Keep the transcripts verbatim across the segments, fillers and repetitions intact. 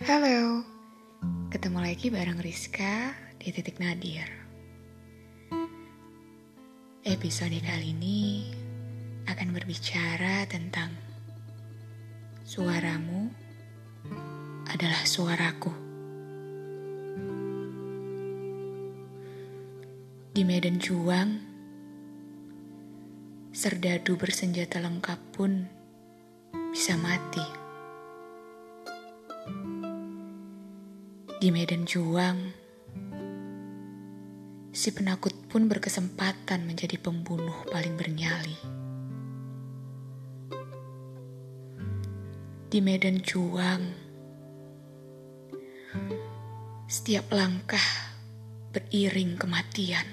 Halo, ketemu lagi bareng Rizka di Titik Nadir. Episode kali ini akan berbicara tentang suaramu adalah suaraku. Di medan juang, serdadu bersenjata lengkap pun bisa mati. Di medan juang, si penakut pun berkesempatan menjadi pembunuh paling bernyali. Di medan juang, setiap langkah beriring kematian.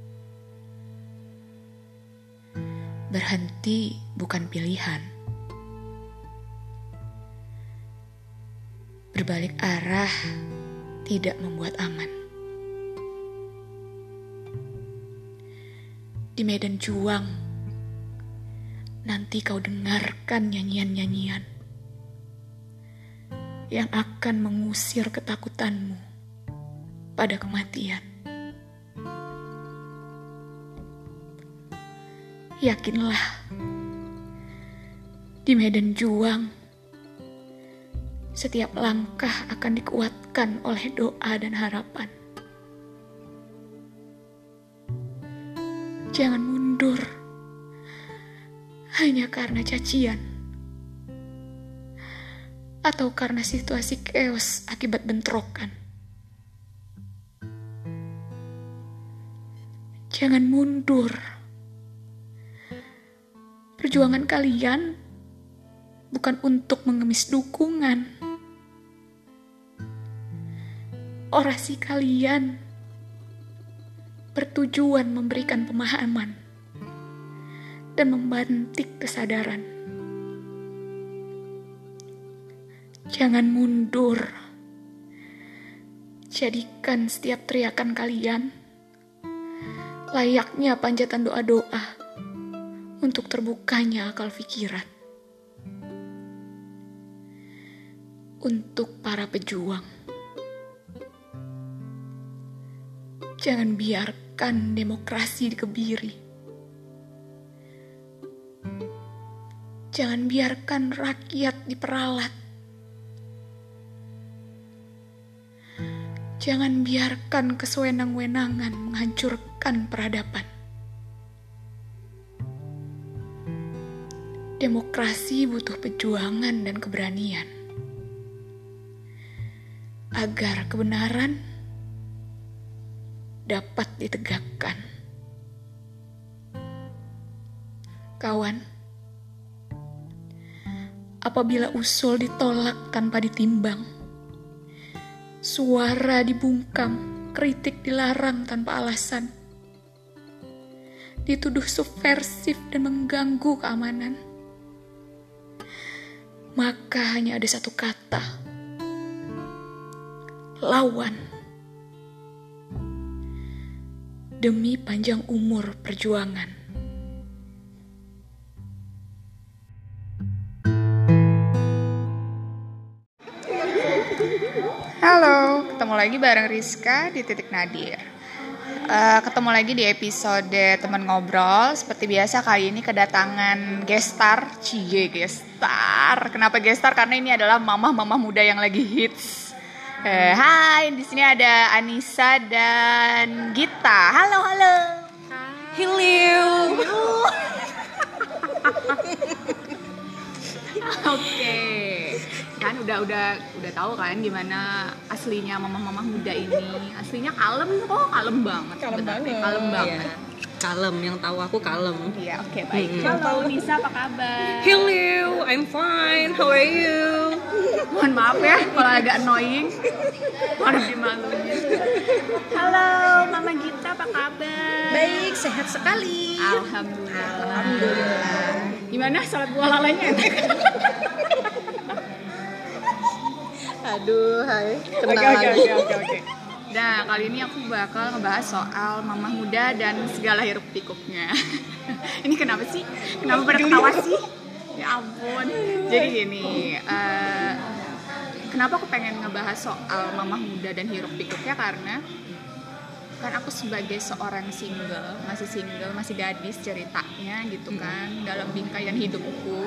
Berhenti bukan pilihan. Berbalik arah tidak membuat aman. Di medan juang, nanti kau dengarkan nyanyian-nyanyian yang akan mengusir ketakutanmu pada kematian. Yakinlah, di medan juang, setiap langkah akan dikuatkan oleh doa dan harapan. Jangan mundur hanya karena cacian atau karena situasi chaos akibat bentrokan. Jangan mundur. Perjuangan kalian bukan untuk mengemis dukungan. Orasi kalian bertujuan memberikan pemahaman dan membantik kesadaran. Jangan mundur. Jadikan setiap teriakan kalian layaknya panjatan doa-doa untuk terbukanya akal pikiran. Untuk para pejuang, jangan biarkan demokrasi dikebiri. Jangan biarkan rakyat diperalat. Jangan biarkan kesewenang-wenangan menghancurkan peradaban. Demokrasi butuh perjuangan dan keberanian agar kebenaran dapat ditegakkan. Kawan, apabila usul ditolak tanpa ditimbang, suara dibungkam, kritik dilarang tanpa alasan, dituduh subversif dan mengganggu keamanan, maka hanya ada satu kata: lawan. Demi panjang umur perjuangan. Halo, ketemu lagi bareng Rizka di Titik Nadir. Uh, ketemu lagi di episode teman ngobrol. Seperti biasa kali ini kedatangan gestar, cie gestar. Kenapa gestar? Karena ini adalah mamah-mamah muda yang lagi hits. Uh, hai, di sini ada Anissa dan Gita. Halo, halo. Hello. Oke, kan udah udah udah tahu kan gimana aslinya mamah-mamah muda ini. Aslinya kalem kok, kalem banget. Kalem sebenarnya. banget. Kalem banget. Iya. Kalem, yang tahu aku kalem. Iya, oke baik. Mm-hmm. Halo Nisa, apa kabar? Hello, I'm fine. How are you? Mohon maaf ya kalau agak annoying. Harus dimaklumin. Halo Mama Gita, apa kabar? Baik, sehat sekali. Alhamdulillah. Alhamdulillah. Gimana sholat buah lalanya? Aduh, hai. Kena Oke, oke, lagi. oke, oke, oke. Nah, kali ini aku bakal ngebahas soal mamah muda dan segala hiruk pikuknya. Ini kenapa sih? Kenapa pada ketawa sih? Ya ampun. Jadi gini, uh, kenapa aku pengen ngebahas soal mamah muda dan hiruk pikuknya, karena kan aku sebagai seorang single, masih single, masih gadis ceritanya gitu kan, hmm. dalam bingkaian hidupku.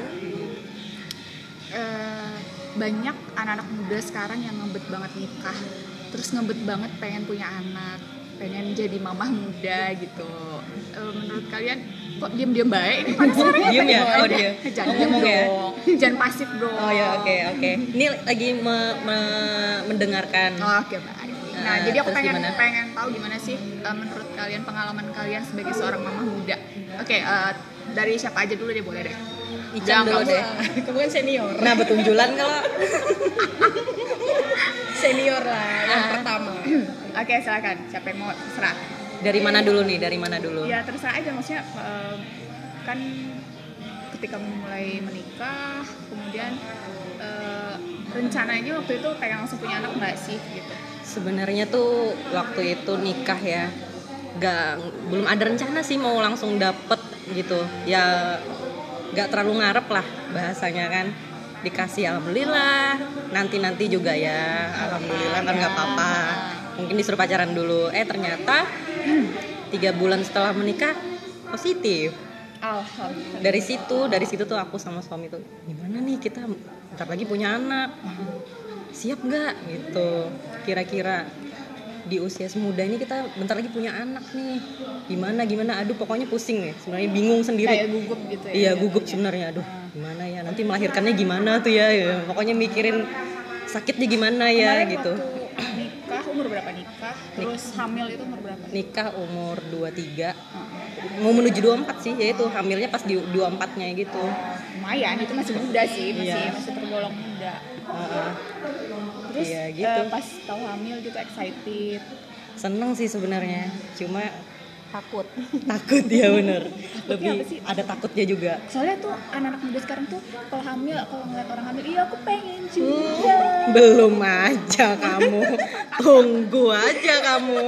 Uh, banyak anak-anak muda sekarang yang ngebet banget nikah, terus ngebet banget pengen punya anak, pengen jadi mamah muda gitu. Uh, menurut kalian kok diam-diam baik ini kan suaranya diam ya? Oh dia. Jangan diam dong. Ya? Jangan pasif dong. Oh ya oke okay, oke. Okay. Ini lagi me- me- mendengarkan. Oh, oke okay, baik. Nah, nah jadi aku pengen gimana? pengen tahu gimana sih uh, menurut kalian pengalaman kalian sebagai seorang mamah muda. Oke, okay, uh, dari siapa aja dulu deh, boleh deh. Icang dulu deh. Kamu kan senior. Nah, betunjulan kalau senior lah yang uh, pertama. Oke, okay, silakan. Siapa yang mau terserah? Dari mana dulu nih? Dari mana dulu? Ya terserah aja, maksudnya uh, kan ketika mulai menikah, kemudian uh, rencananya waktu itu pengen langsung punya anak nggak sih gitu? Sebenarnya tuh waktu itu nikah ya, nggak belum ada rencana sih mau langsung dapet gitu. Ya nggak terlalu ngarep lah bahasanya kan. Dikasih alhamdulillah, nanti-nanti juga ya, alhamdulillah kan nggak apa-apa. Mungkin disuruh pacaran dulu, eh ternyata tiga bulan setelah menikah positif. Alhamdulillah. Dari situ, dari situ tuh aku sama suami tuh, gimana nih kita bentar lagi punya anak, siap nggak gitu? Kira-kira di usia semuda ini kita bentar lagi punya anak nih, gimana gimana? Aduh pokoknya pusing nih, sebenarnya bingung sendiri. Kayak gugup gitu ya? Iya gugup sebenarnya, aduh gimana ya? Nanti melahirkannya gimana tuh ya? ya. Pokoknya mikirin sakitnya gimana ya. Kemarin gitu. Nikah umur berapa nikah? Terus hamil itu umur berapa? Nikah umur dua puluh tiga. Mau menuju dua puluh empat sih, yaitu hamilnya pas di dua puluh empatnya gitu. Lumayan, itu masih muda sih, masih iya. masih tergolong muda. Uh, Terus iya, gitu. uh, pas tahu hamil gitu excited. Seneng sih sebenarnya, cuma takut. Takut ya bener. Lebih ada takutnya juga. Soalnya tuh anak-anak muda sekarang tuh kalau hamil, kalau ngeliat orang hamil, iya aku pengen juga. Hmm, belum aja kamu. Tunggu aja kamu.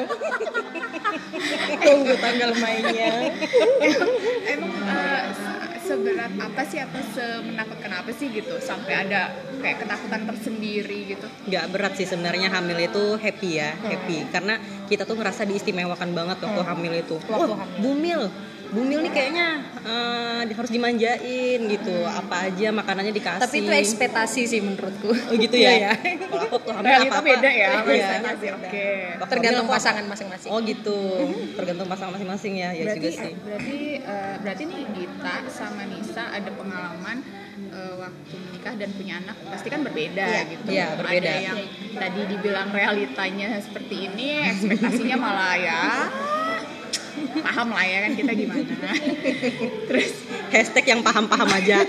Tunggu tanggal mainnya. Emang uh, seberat apa sih atau semenakutkan apa sih gitu sampai ada kayak ketakutan tersendiri gitu? Nggak berat sih sebenarnya, hamil itu happy ya, happy karena kita tuh ngerasa diistimewakan banget waktu hmm. hamil itu. Wah, bumil, bumil nih kayaknya uh, harus dimanjain gitu, apa aja makanannya dikasih. Tapi itu ekspektasi sih menurutku. Oh gitu ya? Iya. Kalau aku tuh hamil Realita apa-apa beda ya, iya. Oke. Okay. Tergantung pasangan masing-masing. Oh gitu, tergantung pasangan masing-masing ya, ya berarti, juga sih. Berarti uh, berarti nih Gita sama Nisa ada pengalaman uh, waktu menikah dan punya anak pasti kan berbeda ya, gitu. Iya, berbeda. Ada yang tadi dibilang realitanya seperti ini, ekspektasinya malah ya paham lah ya kan kita gimana. Terus hashtag yang paham-paham aja.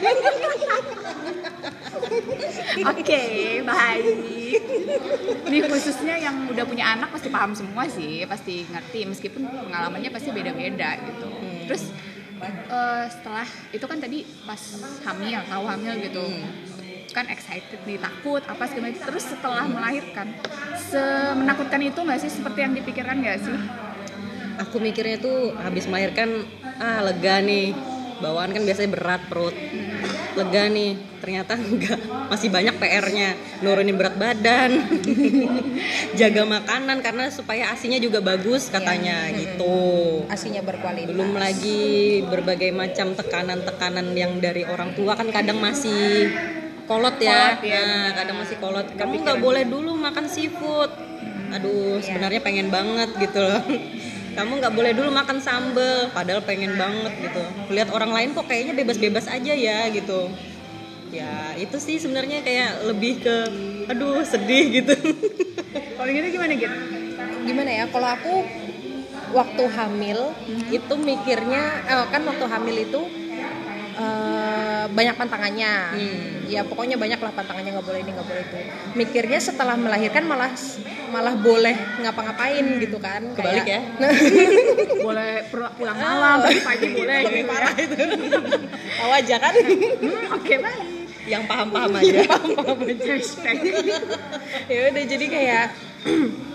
Oke, okay, baik. Ini khususnya yang udah punya anak pasti paham semua sih, pasti ngerti meskipun pengalamannya pasti beda-beda gitu. Hmm. Terus uh, setelah itu kan tadi pas hamil, tahu hamil gitu. Hmm. Kan excited nih, takut apa segala macam. Terus setelah melahirkan, semenakutkan itu nggak sih seperti yang dipikirkan nggak sih? Aku mikirnya tuh habis melahirkan, ah lega nih, bawaan kan biasanya berat perut, lega nih, ternyata enggak, masih banyak P R-nya, nurunin berat badan, jaga makanan karena supaya asinya juga bagus katanya ya. Gitu. Asinya berkualitas. Belum lagi berbagai macam tekanan-tekanan yang dari orang tua kan kadang masih kolot ya, kolot, ya nah kadang masih kolot. Kamu nggak boleh dulu makan seafood. Aduh, sebenarnya pengen banget gitu loh. Kamu nggak boleh dulu makan sambal, padahal pengen banget gitu. Lihat orang lain kok kayaknya bebas-bebas aja ya gitu. Ya itu sih sebenarnya kayak lebih ke, aduh sedih gitu. Kalau gitu gimana gitu? Gimana ya? Kalau aku waktu hamil mm-hmm. itu mikirnya, eh, kan waktu hamil itu uh, banyak pantangannya. Hmm. Ya pokoknya banyak lah pantangannya, nggak boleh ini nggak boleh itu. Mikirnya setelah melahirkan malah malah boleh ngapa-ngapain gitu kan. Kebalik kayak, ya. Boleh pulang malam, pagi pagi boleh gitu parah ya. Itu. Tahu aja kan. Hmm, Oke okay, baik. Yang paham-paham aja. Paham-paham aja. Ya udah jadi kayak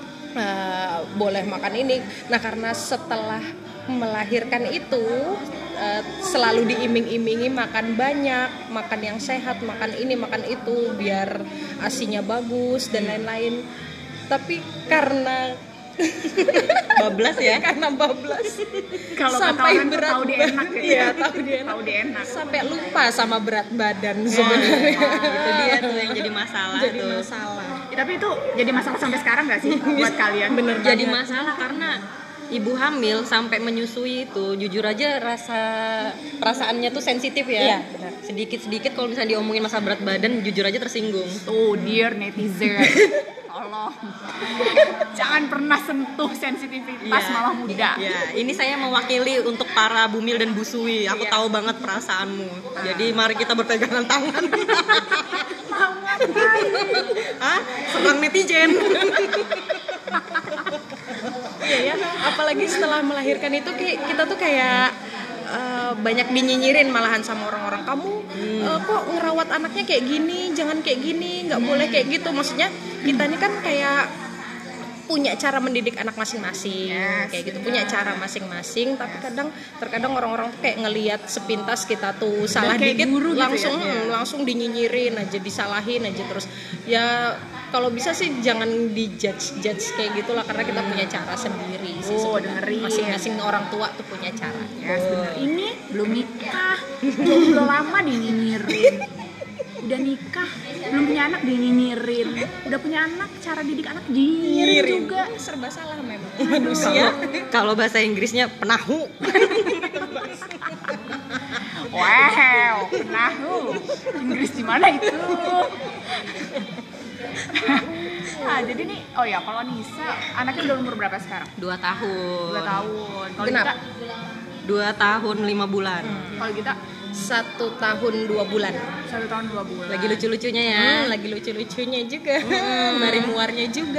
uh, boleh makan ini. Nah karena setelah melahirkan itu uh, selalu diiming-imingi makan banyak, makan yang sehat, makan ini, makan itu biar asinya bagus dan lain-lain. Tapi karena bablas ya, karena bablas Kalau kata sampai orang tuh berat tahu dia ba- enak gitu. Iya, tahu dia enak. Tahu dia enak. Sampai lupa sama berat badan sebenarnya. itu dia tuh yang jadi masalah Jadi tuh. masalah. Ya, tapi itu jadi masalah sampai sekarang nggak sih buat kalian? Bener Jadi banget. masalah karena ibu hamil sampai menyusui itu jujur aja rasa perasaannya tuh sensitif ya. Iya, benar. Sedikit-sedikit kalau misalnya diomongin masalah berat badan jujur aja tersinggung. Tuh, dear netizen. Tolong. Jangan pernah sentuh sensitivitas Iya. malah muda. Ya, ini saya mewakili untuk para Bumil dan Busui. Aku Iya. tahu banget perasaanmu. Jadi mari kita berpegangan tangan. Hah? Serang netizen. Iya ya, apalagi setelah melahirkan itu kayak kita tuh kayak uh, banyak dinyinyirin malahan sama orang-orang. Kamu uh, kok ngerawat anaknya kayak gini, jangan kayak gini, nggak boleh kayak gitu. Maksudnya kita ini kan kayak punya cara mendidik anak masing-masing, Yes, kayak gitu, punya cara masing-masing. Tapi kadang terkadang orang-orang tuh kayak ngelihat sepintas kita tuh salah kayak dikit guru gitu langsung ya? hmm, langsung dinyinyirin aja, disalahin aja terus. Ya kalau bisa sih jangan dijudge judge kayak gitulah, karena kita punya cara sendiri sih Oh, sebenarnya. dengerin. Masing-masing orang tua tuh punya cara. Yes, bener. Ini belum nikah, belum lama dinyinyirin. Udah nikah, belum punya anak dinyinyirin. Udah punya anak, cara didik anak dinyinyirin juga. Serba salah memang Kalau manusia. kalau bahasa Inggrisnya penahu. Wow, nah, Inggris di mana itu? Nah, jadi nih, oh ya, kalau Nisa, anaknya udah umur berapa sekarang? Dua tahun. Dua tahun. Kalau Genap. kita, Dua tahun lima bulan. kalau kita Satu tahun dua bulan. satu tahun dua bulan. Lagi lucu-lucunya ya. Hmm, lagi lucu-lucunya juga, mari muarnya juga.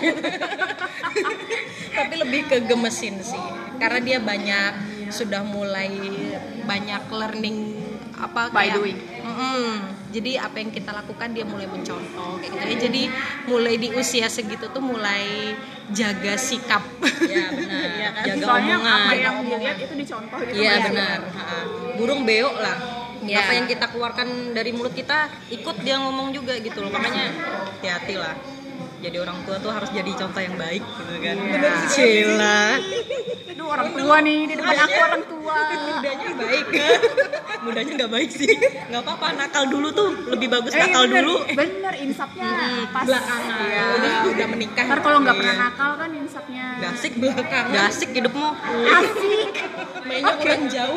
Tapi lebih ke gemesin sih, karena dia banyak sudah mulai banyak learning apa By kayak, doing. Mm-mm. Jadi apa yang kita lakukan dia mulai mencontoh kayak gitu. Ya, jadi mulai di usia segitu tuh mulai jaga sikap. Ya benar. Iya kan? Jaga Soalnya omongan. apa yang dilihat itu dicontoh gitu. Iya Mas. benar. Ha. Burung beo lah. Iya. Apa yang kita keluarkan dari mulut kita ikut dia ngomong juga gitu loh. Makanya hati-hati lah. Jadi orang tua tuh harus jadi contoh yang baik gitu kan. Benar sih. Cila. Aduh, orang tua nih di depan aku orang tua. Mudanya baik. Mudanya nggak baik sih. Nggak apa-apa, nakal dulu tuh lebih bagus Eh, nakal bener, dulu. bener insapnya pas Belakangan. Iya. Udah udah menikah. Ntar kalau nggak Iya. pernah nakal kan insapnya Gak asik Belakangan. Gak asik hidupmu. asik. Mainnya kurang jauh.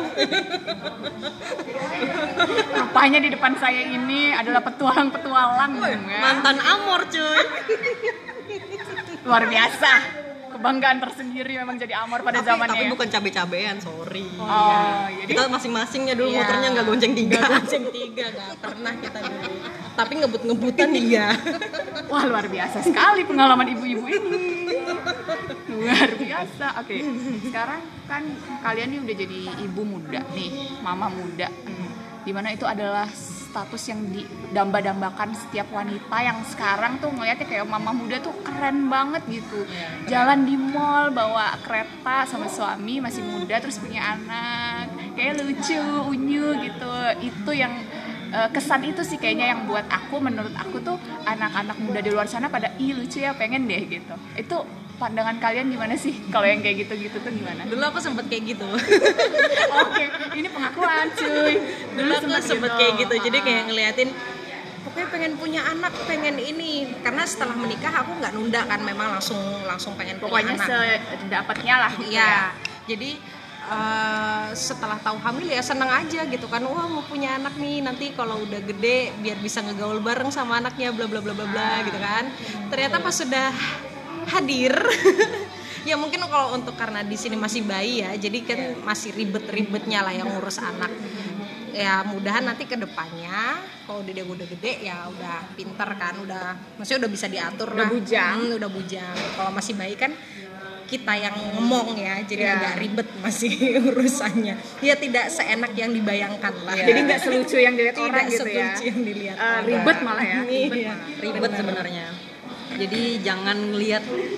Rupanya di depan saya ini adalah petualang-petualang ya. Mantan amor cuy. Luar biasa. Kebanggaan tersendiri memang jadi amor pada Tapi, zamannya. tapi ya. bukan cabe-cabean, sorry. Oh, jadi Kita masing-masingnya dulu Iya. motornya nggak gonceng tiga. Gak gonceng tiga, gak pernah kita dulu. Tapi ngebut-ngebutan iya. wah luar biasa sekali pengalaman ibu-ibu ini. Luar biasa. Oke, sekarang kan kalian nih udah jadi ibu muda nih, mama muda. Dimana itu adalah status yang didamba-dambakan setiap wanita yang sekarang tuh ngeliatnya kayak mama muda tuh keren banget gitu. Jalan di mall bawa kereta sama suami masih muda terus punya anak, kayak lucu, unyu gitu. Itu yang Uh, kesan itu sih kayaknya yang buat aku, menurut aku tuh anak-anak muda di luar sana pada ih lucu ya, pengen deh gitu. Itu pandangan kalian gimana sih kalau yang kayak gitu-gitu tuh gimana? Dulu aku sempet kayak gitu. Oke, ini pengakuan cuy. Dulu aku sempet gitu. kayak gitu. Jadi kayak ngeliatin pokoknya pengen punya anak, pengen ini. Karena setelah menikah aku nggak nunda kan, memang langsung langsung pengen punya Pokoknya anak. sedapatnya lah gitu Iya. ya. Jadi uh, setelah tahu hamil ya seneng aja gitu kan. Wah, mau punya anak nih, nanti kalau udah gede biar bisa ngegaul bareng sama anaknya bla bla bla bla bla gitu kan. Ternyata pas sudah hadir ya mungkin kalau untuk karena di sini masih bayi ya, jadi kan masih ribet-ribetnya lah yang ngurus anak. Ya mudahan nanti ke depannya kalau dia udah gede ya udah pinter kan, udah maksudnya udah bisa diatur Udah lah. bujang. Hmm, udah bujang. Kalau masih bayi kan kita yang ngomong ya, jadi Ya. agak ribet masih urusannya. Ya tidak seenak yang dibayangkan lah. Jadi nggak selucu yang dilihat tidak orang gitu ya. selucu yang dilihat. Eh, orang. ribet malah ya. Ribet Iya. malah. Ribet sebenarnya. Jadi jangan lihat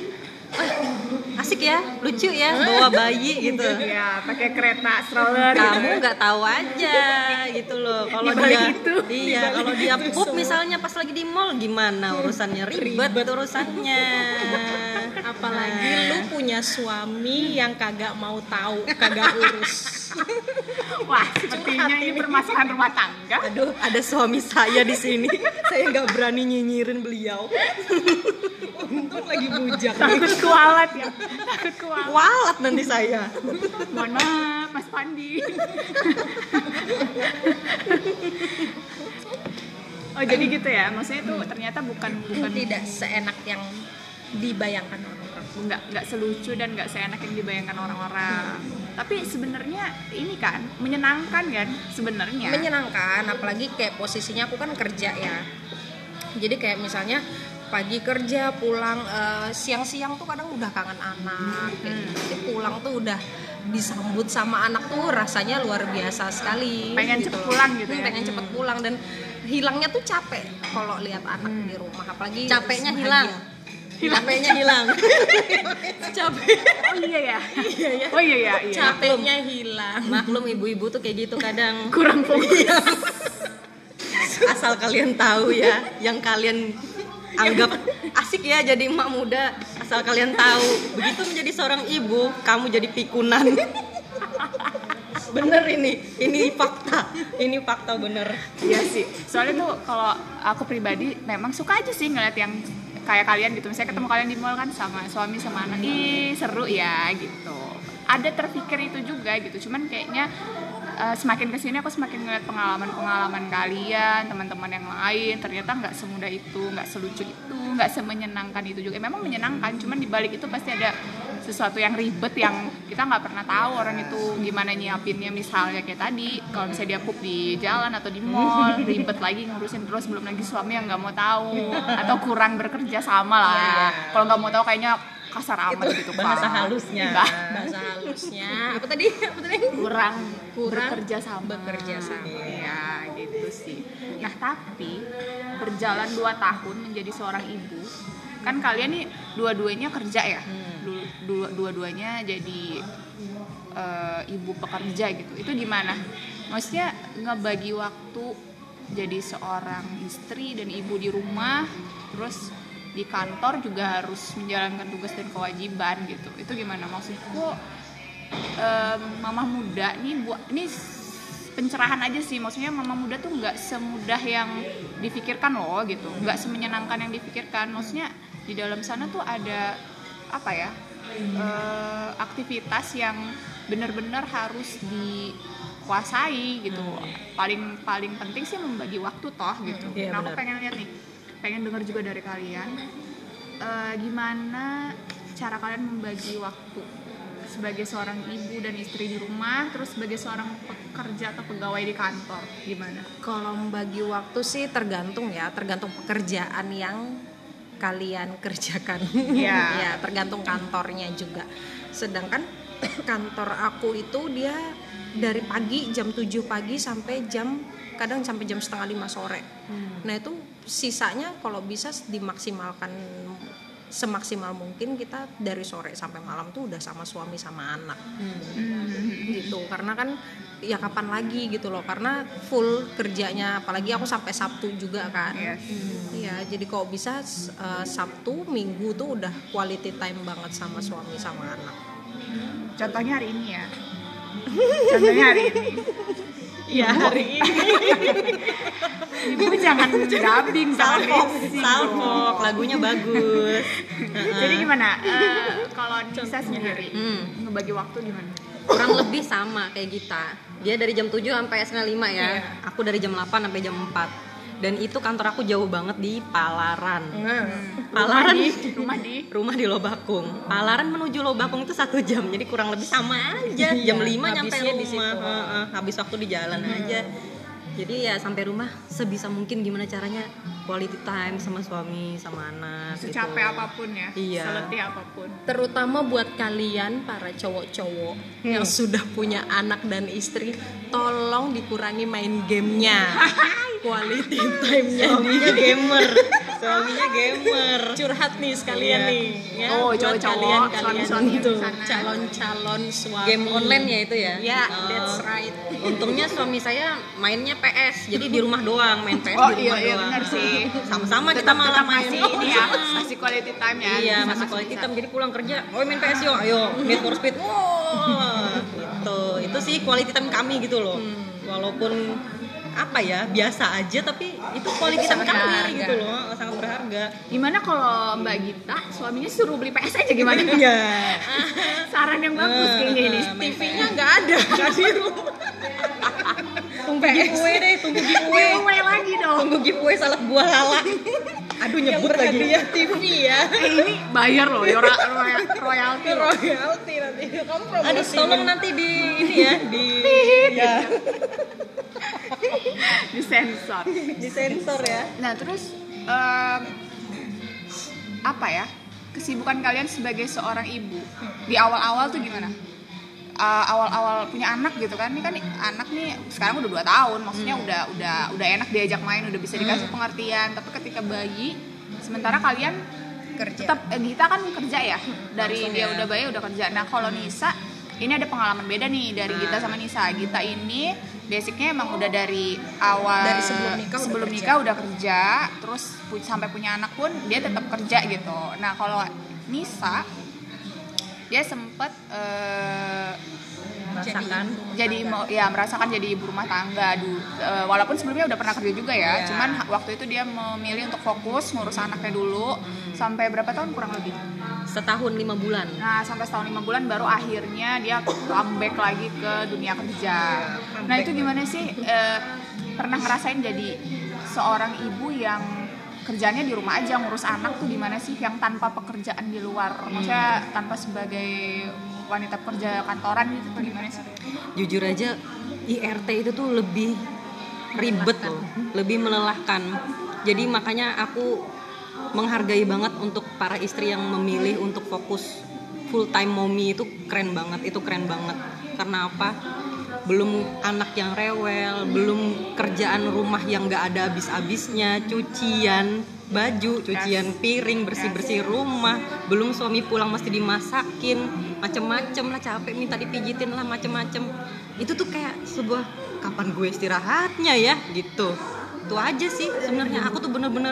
asik ya, lucu ya, bawa bayi gitu. Ya, pakai kereta stroller. Kamu nggak tahu aja gitu loh. Kalau dia, iya, kalau dia pup misalnya pas lagi di mall gimana urusannya, ribet urusannya. Apalagi lu punya suami yang kagak mau tahu, kagak urus. Wah, sepertinya ini permasalahan rumah tangga. Aduh, ada suami saya di sini. Saya nggak berani nyinyirin beliau. Untung lagi bujang. Takut kualat ya. Takut kualat. Walat nanti saya. Mohon maaf, Mas Pandi. Oh, jadi gitu ya. Maksudnya tuh ternyata bukan bukan Tidak seenak yang dibayangkan orang-orang. nggak nggak selucu dan nggak seenak yang dibayangkan orang-orang. Tapi sebenarnya ini kan menyenangkan kan sebenarnya. Menyenangkan, apalagi kayak posisinya aku kan kerja ya. Jadi kayak misalnya pagi kerja pulang uh, siang-siang tuh kadang udah kangen anak. Hmm. Jadi pulang tuh udah disambut sama anak tuh rasanya luar biasa sekali. Pengen gitu cepet loh. pulang gitu ya. Pengen cepet pulang dan hilangnya tuh capek kalau lihat anak di rumah, apalagi Capeknya bahagia. hilang. Capeknya hilang. Capek. Oh iya ya. Oh iya ya. Iya. Capeknya hilang. Maklum ibu-ibu tuh kayak gitu kadang. Kurang fokus. Asal kalian tahu ya, yang kalian anggap asik ya jadi emak muda, asal kalian tahu begitu menjadi seorang ibu kamu jadi pikunan. Bener ini, ini fakta, ini fakta bener. Iya sih. Soalnya tuh kalau aku pribadi memang suka aja sih ngeliat yang kayak kalian gitu. Misalnya ketemu kalian di mall kan sama suami sama anak, ih seru ya gitu. Ada terpikir itu juga gitu. Cuman kayaknya uh, semakin kesini aku semakin ngeliat pengalaman-pengalaman kalian, teman-teman yang lain. Ternyata nggak semudah itu, nggak selucu itu, nggak semenyenangkan itu juga. Memang menyenangkan, cuman di balik itu pasti ada sesuatu yang ribet yang kita nggak pernah tahu orang itu gimana nyiapinnya. Misalnya kayak tadi, kalau misalnya dia pup di jalan atau di mall, ribet lagi ngurusin terus, belum lagi suami yang nggak mau tahu atau kurang bekerja sama lah. Kalau nggak mau tahu kayaknya kasar amat gitu bahasa Pak. halusnya. Bah- Bahasa halusnya. Apa tadi? Apa tadi? kurang Kurang bekerja sama. bekerja sama. Ya gitu sih. Nah tapi berjalan dua tahun menjadi seorang ibu, kan kalian nih dua-duanya kerja ya, Du- dua- dua-duanya jadi uh, ibu pekerja gitu. Itu gimana? Maksudnya ngebagi waktu jadi seorang istri dan ibu di rumah, terus di kantor juga harus menjalankan tugas dan kewajiban gitu. Itu gimana maksudku? Um, mama muda nih buat ini pencerahan aja sih, maksudnya mama muda tuh nggak semudah yang dipikirkan loh gitu, nggak semenyenangkan yang dipikirkan. Maksudnya di dalam sana tuh ada apa ya, uh, aktivitas yang benar-benar harus dikuasai gitu. Paling paling penting sih membagi waktu toh gitu. Iya, Nah aku benar. pengen lihat nih, pengen dengar juga dari kalian, uh, gimana cara kalian membagi waktu sebagai seorang ibu dan istri di rumah, terus sebagai seorang pekerja atau pegawai di kantor, gimana? Kalau membagi waktu sih tergantung ya, tergantung pekerjaan yang kalian kerjakan. Iya. Ya, tergantung kantornya juga. Sedangkan kantor aku itu dia dari pagi jam tujuh pagi sampai jam kadang sampai jam setengah lima sore. Nah itu sisanya kalau bisa dimaksimalkan semaksimal mungkin kita dari sore sampai malam tuh udah sama suami sama anak. Gitu, karena kan ya kapan lagi gitu loh, karena full kerjanya, apalagi aku sampai Sabtu juga kan. Yes. Iya, jadi kalau bisa uh, Sabtu Minggu tuh udah quality time banget sama suami sama anak. Contohnya hari ini ya. Contohnya hari ini. Iya, hari ini. Ibu jangan dubbing, jangan racing. Salfok, lagunya bagus. Jadi gimana? Uh, kalau Nisa sendiri Hmm. ngebagi waktu gimana? Kurang lebih sama kayak kita. Dia dari jam tujuh sampai setengah lima ya. Iya. Aku dari jam delapan sampai jam empat. Dan itu kantor aku jauh banget di Palaran. Palaran Di rumah di rumah di Lobakung. Palaran menuju Lobakung itu satu jam, jadi kurang lebih sama aja. Jam lima nyampe habisnya di rumah, situ. Heeh, habis waktu di jalan aja. Jadi ya sampai rumah sebisa mungkin gimana caranya quality time sama suami sama anak. secapek gitu. apapun ya, Iya. seletih apapun. Terutama buat kalian para cowok-cowok yang sudah punya anak dan istri, tolong dikurangi main gamenya. Quality time-nya Suaminya gamer. Suaminya gamer. Curhat nih sekalian Iya. nih ya, Oh, buat cowok-cowok, kalian-kalian suami-suami itu di sana. calon-calon suami Game online ya itu ya? ya Oh. that's right. Untungnya suami saya mainnya P S, jadi di rumah doang, main P S Oh di iya rumah iya doang. benar sih. Sama-sama kita Tetap malah tetap main. masih ini ya, masih quality time ya. Iya, Bisa masih masuk, quality bisa. time. Jadi pulang kerja, oh main P S yuk, ayo Need for Speed. Wow, gitu. Itu sih quality time kami gitu loh. Walaupun apa ya biasa aja, tapi itu quality time Sangat kami berharga. gitu loh, sangat berharga. Gimana kalau Mbak Gita suaminya suruh beli P S aja gimana? Iya. Saran yang bagus kayaknya ini. Ah, main T V-nya nggak ada nggak di rumah. Tunggu giveaway deh, tunggu giveaway. Giveaway lagi dong. Tunggu giveaway salad buah lala. Aduh nyebut lagi. Berhadiah T V ya. Eh ini bayar loh, ya, ro- roy- royalty loh. royalty nanti kamu Aduh promosi tolong nanti di ini ya di ya Disensor. di sensor ya. Nah terus em, apa ya kesibukan kalian sebagai seorang ibu di awal-awal tuh gimana? Uh, awal-awal punya anak gitu kan, ini kan anak nih sekarang udah dua tahun, maksudnya Hmm. udah udah udah enak diajak main, udah bisa dikasih pengertian. Tapi ketika bayi, sementara kalian kerja. tetap eh, Gita kan kerja ya, dari Langsung dia ya. udah bayi udah kerja. Nah kalau Nisa ini ada pengalaman beda nih dari Nah. Gita sama Nisa. Gita ini basicnya emang udah dari awal Dari sebelum nikah udah sebelum kerja. nikah udah kerja, terus pu- sampai punya anak pun dia tetap kerja gitu. Nah kalau Nisa dia sempet eh, merasakan jadi mau ya merasakan jadi ibu rumah tangga dulu. Eh, walaupun sebelumnya udah pernah kerja juga ya, Iya. cuman ha- waktu itu dia memilih untuk fokus ngurus anaknya dulu. Sampai berapa tahun kurang lebih? Setahun lima bulan. Nah sampai setahun lima bulan baru akhirnya dia comeback lagi ke dunia kerja. Nah itu gimana sih eh, pernah ngerasain jadi seorang ibu yang kerjanya di rumah aja ngurus anak tuh gimana sih, yang tanpa pekerjaan di luar, maksudnya tanpa sebagai wanita pekerja kantoran gitu tuh gimana sih? Jujur aja I R T itu tuh lebih ribet loh, lebih melelahkan. Jadi makanya aku menghargai banget untuk para istri yang memilih untuk fokus full time mommy, itu keren banget, itu keren banget. Karena apa? Belum anak yang rewel, belum kerjaan rumah yang gak ada habis-habisnya, cucian baju, cucian piring, bersih-bersih rumah, belum suami pulang mesti dimasakin, macem-macem lah, capek minta dipijitin lah, macem-macem. Itu tuh kayak sebuah kapan gue istirahatnya ya gitu. Itu aja sih sebenarnya. Aku tuh bener-bener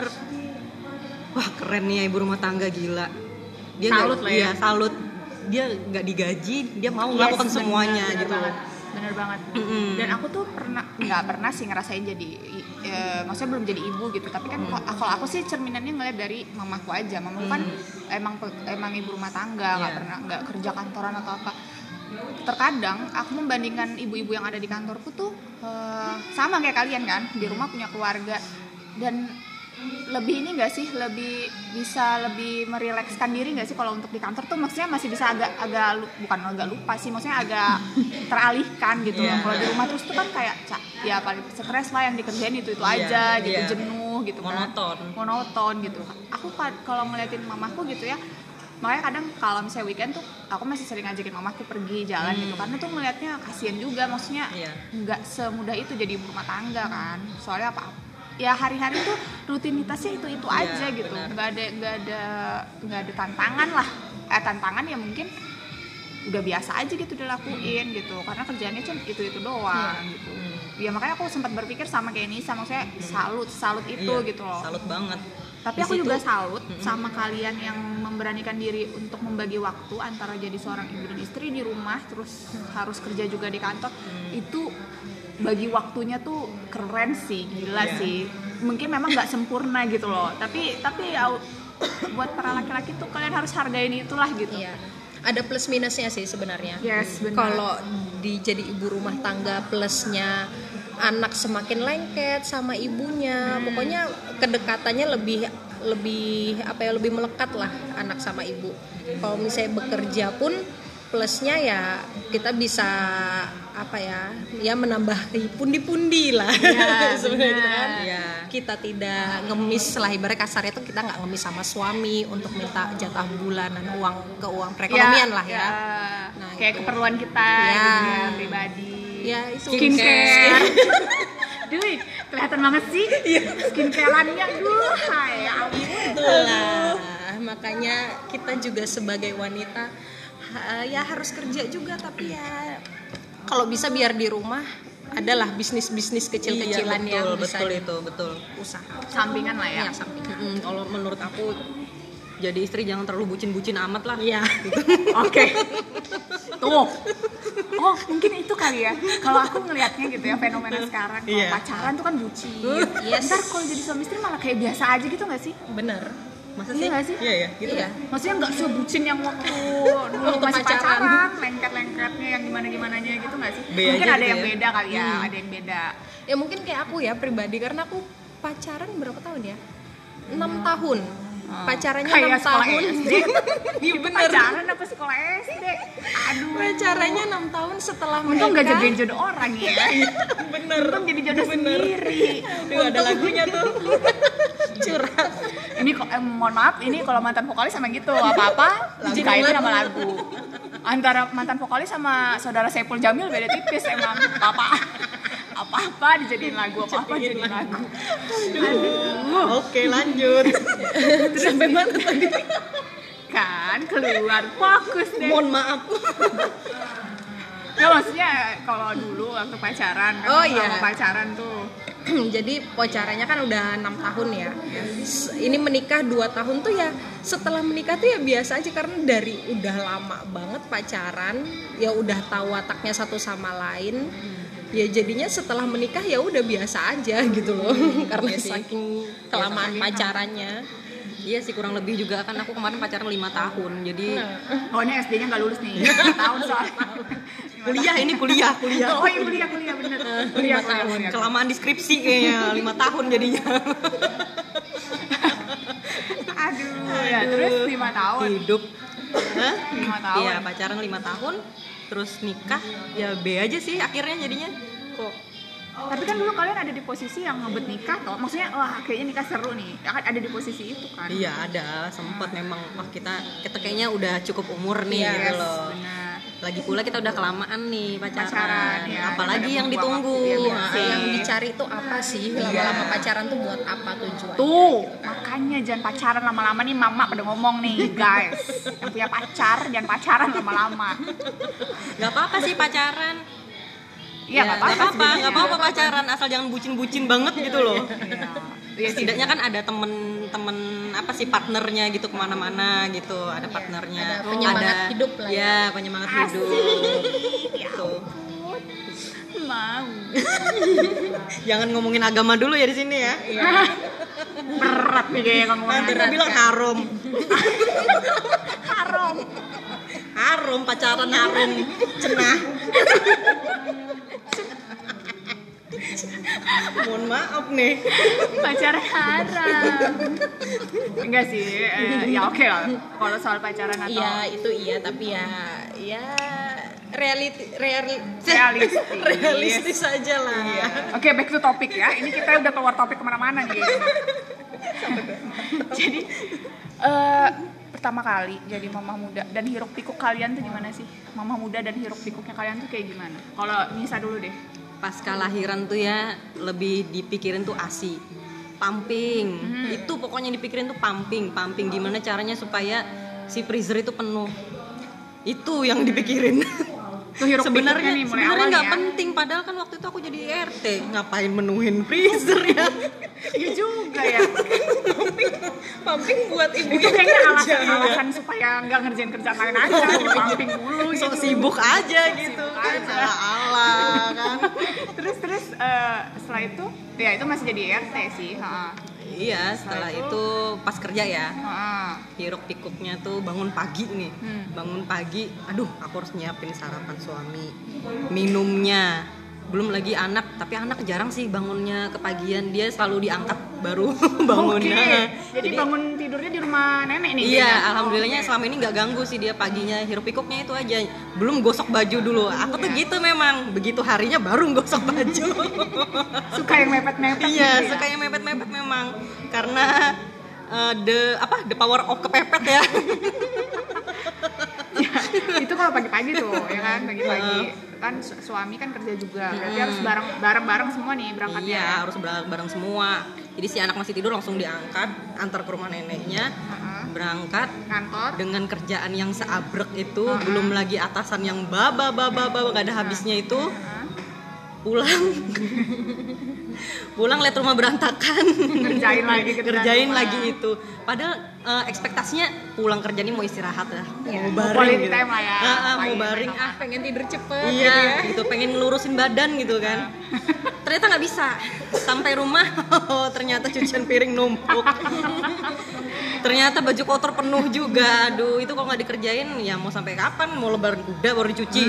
wah keren nih ya ibu rumah tangga, gila. Dia Salut nggak- lah ya. iya, salut. Dia nggak digaji, dia mau Yes, melakukan bener, semuanya bener gitu. banget, bener banget. Mm-mm. Dan aku tuh pernah nggak pernah sih ngerasain jadi e, maksudnya belum jadi ibu gitu, tapi kan ko- kalau aku sih cerminannya ngeliat dari mamaku aja. Mamaku kan emang pe- emang ibu rumah tangga, nggak Iya. pernah nggak kerja kantoran atau apa. Terkadang aku membandingkan ibu-ibu yang ada di kantorku tuh eh, sama kayak kalian kan, di rumah punya keluarga dan lebih ini nggak sih, lebih bisa lebih merilekskan diri nggak sih kalau untuk di kantor tuh, maksudnya masih bisa agak agak lu- bukan agak lupa sih, maksudnya agak teralihkan gitu. Iya. Kalau di rumah terus tuh kan kayak ca- ya paling stres lah yang dikerjain itu itu Iya, aja gitu, iya. jenuh gitu kan, Monoton. monoton gitu. Aku pa- kalau ngeliatin mamaku gitu ya, makanya kadang kalau misalnya weekend tuh aku masih sering ngajakin mamaku pergi jalan Hmm. gitu, karena tuh ngelihatnya kasihan juga, maksudnya Iya. nggak semudah itu jadi ibu rumah tangga kan, soalnya apa ya hari-hari tuh rutinitasnya itu itu Iya, aja gitu, benar. nggak ada nggak ada nggak ada tantangan lah, eh tantangan ya mungkin udah biasa aja gitu dilakuin gitu, karena kerjaannya cuma itu itu doang gitu. Ya makanya aku sempat berpikir sama kayak Nisa, maksudnya salut salut itu Iya, gitu loh. Salut banget. Tapi Di aku situ- juga salut sama kalian yang memberanikan diri untuk membagi waktu antara jadi seorang ibu dan istri di rumah, terus harus kerja juga di kantor. Itu bagi waktunya tuh keren sih, gila Iya. sih. Mungkin memang nggak sempurna gitu loh, tapi tapi ya, buat para laki-laki tuh kalian harus hargain itulah gitu. Iya. Ada plus minusnya sih sebenarnya. Yes, benar. Kalau di jadi ibu rumah tangga, plusnya anak semakin lengket sama ibunya. Pokoknya kedekatannya lebih lebih apa ya, lebih melekat lah anak sama ibu. Kalau misalnya bekerja pun plusnya ya kita bisa apa ya, ya menambah pundi-pundi lah. Ya, Sebenarnya gitu kan. Iya. Kita tidak ngemis lah, ibarat kasarnya tuh kita nggak ngemis sama suami untuk minta jatah bulanan uang ke uang perekonomian lah ya. Nah, kayak gitu. keperluan kita Ya. gitu ya, pribadi. Ya itu Skincare. Duit, Kelihatan banget sih. Skin care-annya aduh, ya ampun. Itulah. Makanya kita juga sebagai wanita ha- ya harus kerja juga, tapi ya kalau bisa biar di rumah adalah bisnis-bisnis kecil-kecilan iya, yang betul, bisa betul itu betul. usaha. Sampingan lah ya. Iya, sampingan. Mm, kalau menurut aku jadi istri jangan terlalu bucin-bucin amat lah. Iya. Oke. Tuh. Oh, mungkin itu kali ya. Kalau aku ngelihatnya gitu ya, fenomena sekarang kalau Iya. pacaran tuh kan bucin. Yes. Ntar kalau jadi suami istri malah kayak biasa aja gitu nggak sih? Bener. Masa Iya sih? nggak sih? Iya ya, gitu. Iya. Maksudnya nggak sebucin yang waktu dulu Waktu masih pacaran. pacaran, lengket-lengketnya yang gimana-gimananya gitu nggak sih? B Mungkin aja ada gitu yang ya. beda kali ya, ada yang beda. Ya mungkin kayak aku ya pribadi, karena aku pacaran berapa tahun ya? enam tahun. Pacarannya Kayak enam sekolah tahun. S D. Iya Itu bener. pacaran apa sekolah S D? Aduh. Pacarannya enam tahun setelah Untung nggak menikah. jagain jodoh orang ya. Bener. Untung jadi jodoh sendiri. Aduh, ada lagunya tuh. Curhat. Ini kok eh, mohon maaf, ini kalau mantan vokalis sama gitu apa-apa dikainin sama lagu. Antara mantan vokalis sama saudara Saipul Jamil beda tipis emang. Apa apa-apa dijadiin lagu, apa-apa dijadiin lagu. Aduh. Oke, lanjut. Terus sampai mana tadi? Kan keluar fokus deh. Mohon maaf. Ya maksudnya kalau dulu waktu pacaran kan Oh, sama iya. pacaran tuh. Jadi pacarannya kan udah enam tahun ya. S- Ini menikah dua tahun tuh ya, setelah menikah tuh ya biasa aja, karena dari udah lama banget pacaran, ya udah tahu wataknya satu sama lain. Ya jadinya setelah menikah ya udah biasa aja gitu loh. Karena Iya sih. saking kelamaan pacarannya. Iya sih, kurang lebih juga kan aku kemarin pacaran lima tahun. Jadi Oh ini S D-nya nggak lulus nih. lima tahun soalnya. kuliah ini kuliah, kuliah. Oh iya kuliah kuliah bener. Kuliah kuliah. kuliah. Kelamaan di skripsi kayaknya lima tahun jadinya. Aduh, ya terus lima tahun. Hidup. Hah? lima tahun. Iya, pacaran lima tahun, terus nikah, ya B aja sih akhirnya jadinya. Kok Tapi kan dulu kalian ada di posisi yang ngebet nikah toh. Maksudnya wah kayaknya nikah seru nih. Ya kan ada di posisi itu kan. iya ada, sempat memang wah kita kita kayaknya udah cukup umur nih Iya, gitu Yes, loh. benar. Lagi pula kita udah kelamaan nih pacaran. Pacaran, ya. Apalagi Daripada yang buang ditunggu. waktu, ya, benar Ah, sih. Yang dicari tuh apa sih? Lama-lama pacaran tuh buat apa tujuannya? Tuh, makanya jangan pacaran lama-lama nih mama pada ngomong nih guys. Yang punya pacar jangan pacaran lama-lama. Nggak apa-apa sih pacaran. Iya Ya, nggak apa-apa. nggak apa-apa, sebenarnya. nggak apa-apa pacaran, asal jangan bucin-bucin banget gitu loh. Iya. Iya sih, Setidaknya kan ada temen-temen apa sih partnernya gitu kemana-mana gitu, ada partnernya, ada penyemangat hidup lah ya. ya penyemangat hidup. Gitu. mau. Jangan ngomongin agama dulu ya di sini ya. Berat nih kayaknya ngomongin. Nanti kita bilang haram, Haram. haram pacaran haram, cenah. Mohon maaf nih. Pacaran haram. Enggak sih, eh, ya oke lah. Kalau soal pacaran atau Iya itu iya, tapi ya ya reality reali- realistis. realistis aja lah. Oke, back to topic ya. Ini kita udah keluar topik kemana-mana nih. Jadi eh, pertama kali jadi mama muda dan hiruk pikuk kalian tuh gimana sih? Mama muda dan hiruk pikuknya kalian tuh kayak gimana? Kalau Nisa dulu deh. Pasca lahiran tuh ya lebih dipikirin tuh ASI, pumping. Hmm. Itu pokoknya dipikirin tuh pumping, pumping gimana caranya supaya si freezer itu penuh. Itu yang dipikirin. Tuh hiruk Sebenarnya pikuknya nih mulai sebenarnya awal nggak ya. penting, padahal kan waktu itu aku jadi R T, ngapain menuhin freezer ya? Iya juga ya. Pumping buat ibu Itu kayaknya alasan-alasan supaya nggak ngerjain kerjaan lain aja, di pumping dulu Sok gitu. sibuk aja gitu Sibuk kan, aja. salah-salah kan. Terus terus eh, setelah itu, ya itu masih jadi R T sih. Ha. Iya, setelah Setelah itu- itu pas kerja ya, Ha. hiruk pikuknya tuh bangun pagi nih, Hmm. bangun pagi, aduh aku harus nyiapin sarapan suami, minumnya, belum lagi anak, tapi anak jarang sih bangunnya kepagian, dia selalu diangkat baru bangunnya. Oke. Jadi, bangun tidurnya di rumah nenek nih. Iya, kayaknya. alhamdulillahnya Oke. selama ini nggak ganggu sih dia paginya, hiruk pikuknya itu aja, belum gosok baju dulu. Aku tuh Iya. gitu memang, begitu harinya baru gosok baju. Suka yang mepet-mepet. Iya, gitu ya. suka yang mepet-mepet memang, karena uh, the apa the power of kepepet ya. Ya, itu kalau pagi-pagi tuh ya kan, pagi-pagi kan su- suami kan kerja juga, berarti harus bareng bareng-bareng semua nih berangkatnya. Iya, harus bareng-bareng semua. Jadi si anak masih tidur langsung diangkat, antar ke rumah neneknya, Heeh. berangkat Kantor. dengan kerjaan yang seabrek itu, Uh-huh. belum lagi atasan yang baba baba baba gak ada habisnya itu, Heeh. pulang pulang lihat rumah berantakan, Ngerjain lagi kerjaan kerjain rumah. lagi itu. Padahal eh, ekspektasinya pulang kerja nih mau istirahat lah, Iya. mau Mau baring quality gitu. time lah ya. Ah, ah, mau Pagi baring main ah Pengen tidur cepet iya gitu ya. gitu, pengen ngelurusin badan gitu kan. Ternyata nggak bisa. Sampai rumah, oh, ternyata cucian piring numpuk. Ternyata baju kotor penuh juga. Aduh, itu kalau nggak dikerjain ya mau sampai kapan? Mau lebaran kuda baru dicuci.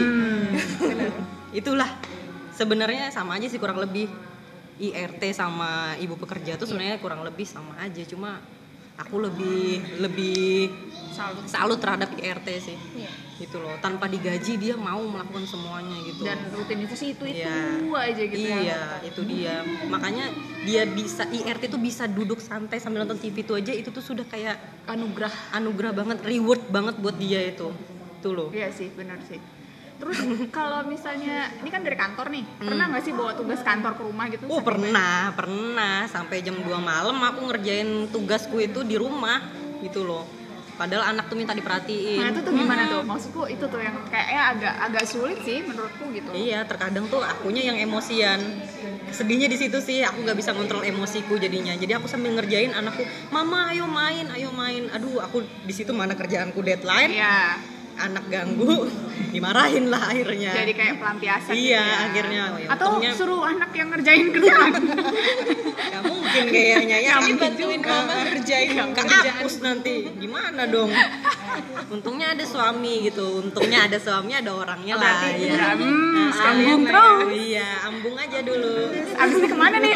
Itulah sebenarnya sama aja sih kurang lebih. I R T sama ibu pekerja tuh sebenarnya kurang lebih sama aja. Cuma aku lebih lebih Salut. salut terhadap I R T sih. Iya. Gitu loh, tanpa digaji dia mau melakukan semuanya gitu. Dan rutinitas sih itu itu Iya. aja gitu ya. Iya, itu dia. Makanya dia bisa I R T tuh bisa duduk santai sambil nonton T V itu aja, itu tuh sudah kayak Anugerah. anugerah banget, reward banget buat dia itu. Tuh loh. Iya sih, benar sih. Terus kalau misalnya ini kan dari kantor nih, pernah nggak sih bawa tugas kantor ke rumah gitu? Oh, pernah, pernah sampai jam dua malam aku ngerjain tugasku itu di rumah gitu loh. Padahal anak tuh minta diperhatiin. Nah itu tuh gimana tuh? Maksudku itu tuh yang kayaknya agak agak sulit sih menurutku gitu. Iya, terkadang tuh akunya yang emosian. Sedihnya di situ sih, aku nggak bisa kontrol emosiku jadinya. Jadi aku sambil ngerjain anakku, mama ayo main, ayo main. Aduh, aku di situ mana kerjaanku deadline, Iya. anak ganggu, dimarahin lah akhirnya. Jadi kayak pelampiasan. Iya, gitu ya. akhirnya. Oh, ya, Atau untungnya suruh anak yang ngerjain kerjaan. nggak mungkin kayaknya ya. Ini bantuin mama kerjain kerjaan. Kehapus nanti, gimana dong? Untungnya ada suami gitu, untungnya ada suami, ada orangnya lah. Berarti Ya. udah, hmm, Nah, sekalian ambung lah ya. terus. Iya, ambung aja dulu. Abis ini kemana nih?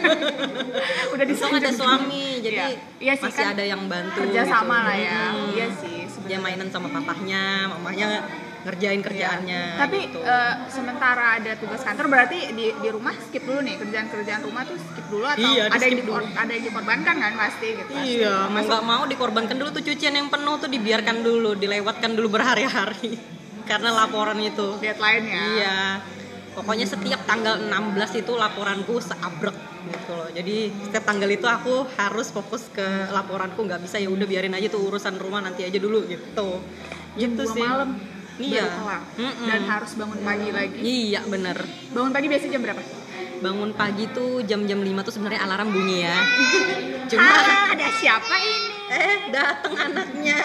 Udah di Untung ada suami, jadi Iya. Iya sih, masih kan ada yang bantu. kerja sama gitu. lah ya. Hmm. Iya sih. Dia Sebenarnya. mainan sama papahnya, mamahnya ngerjain kerjaannya. Tapi gitu. eh, sementara ada tugas kantor berarti di di rumah skip dulu nih kerjaan-kerjaan rumah tuh skip dulu atau Iya, ada yang di-skip dikor- ada yang dikorbankan kan pasti gitu. Iya, mau nggak mau dikorbankan dulu tuh cucian yang penuh tuh dibiarkan dulu, dilewatkan dulu berhari-hari karena laporan itu. Deadline ya. Iya, pokoknya setiap tanggal enam belas itu laporanku seabrek gitu loh. Jadi setiap tanggal itu aku harus fokus ke laporanku, nggak bisa ya udah biarin aja tuh urusan rumah nanti aja dulu gitu. Jam Gitu dua sih. malam Iya. baru kelar. Mm-mm. Dan harus bangun pagi lagi. Iya bener. Bangun pagi biasanya jam berapa? Bangun pagi tuh jam-jam lima tuh sebenarnya alarm bunyi ya. Cuma Ah, ada siapa ini? eh datang anaknya.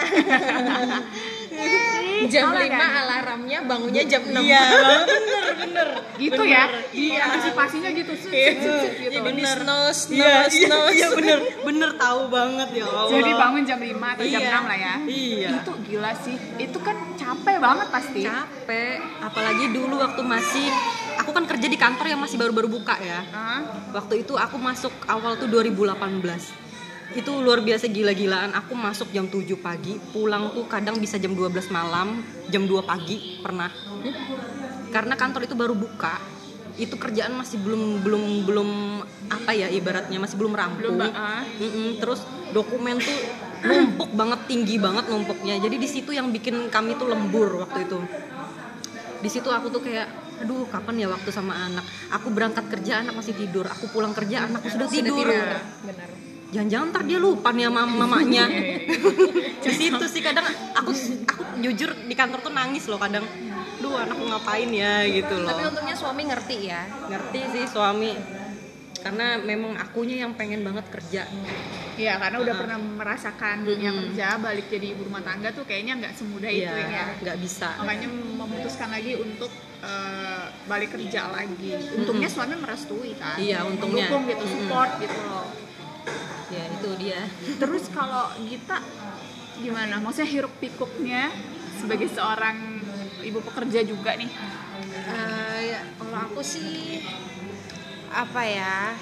Jam Salah lima kan? alarmnya, bangunnya jam enam. Iya, bener bener. Gitu ya? Iya. Antisipasinya gitu. Sut, sut, sut, sut, gitu. Iya bener. Snooze, Iya, snooze, iya, snooze. iya bener, bener tahu banget ya Allah. Jadi bangun jam lima atau jam Iya. enam lah ya. Iya. Itu gila sih. Itu kan capek banget pasti. Capek, apalagi dulu waktu masih aku kan kerja di kantor yang masih baru-baru buka ya. Hah? Waktu itu aku masuk awal tuh dua ribu delapan belas. Itu luar biasa gila-gilaan. Aku masuk jam tujuh pagi, pulang tuh kadang bisa jam dua belas malam, jam dua pagi pernah. Karena kantor itu baru buka. Itu kerjaan masih belum belum belum apa ya ibaratnya masih belum rampung. Belum, ah. Mm-mm, terus dokumen tuh numpuk banget, tinggi banget numpuknya. Jadi di situ yang bikin kami tuh lembur waktu itu. Di situ aku tuh kayak aduh kapan ya waktu sama anak. Aku berangkat kerja anak masih tidur, aku pulang kerja anakku sudah tidur. Benar. Jangan-jangan ntar dia lupa nih sama mamanya. Di situ sih kadang aku aku jujur di kantor tuh nangis loh kadang. Duh anakku ngapain ya gitu loh. Tapi untungnya suami ngerti ya. Ngerti sih suami. Karena memang akunya yang pengen banget kerja. Iya, karena udah pernah merasakan dunia kerja, balik jadi ibu rumah tangga tuh kayaknya nggak semudah itu Iya, ya. nggak bisa. Makanya memutuskan lagi untuk eh, balik kerja lagi. Untungnya suami merestui kan. Iya, untungnya. Mendukung gitu, support gitu loh. Ya itu dia. Terus kalau Gita gimana? Maksudnya hiruk pikuknya sebagai seorang ibu pekerja juga nih. Eh, ya, kalau aku sih apa ya?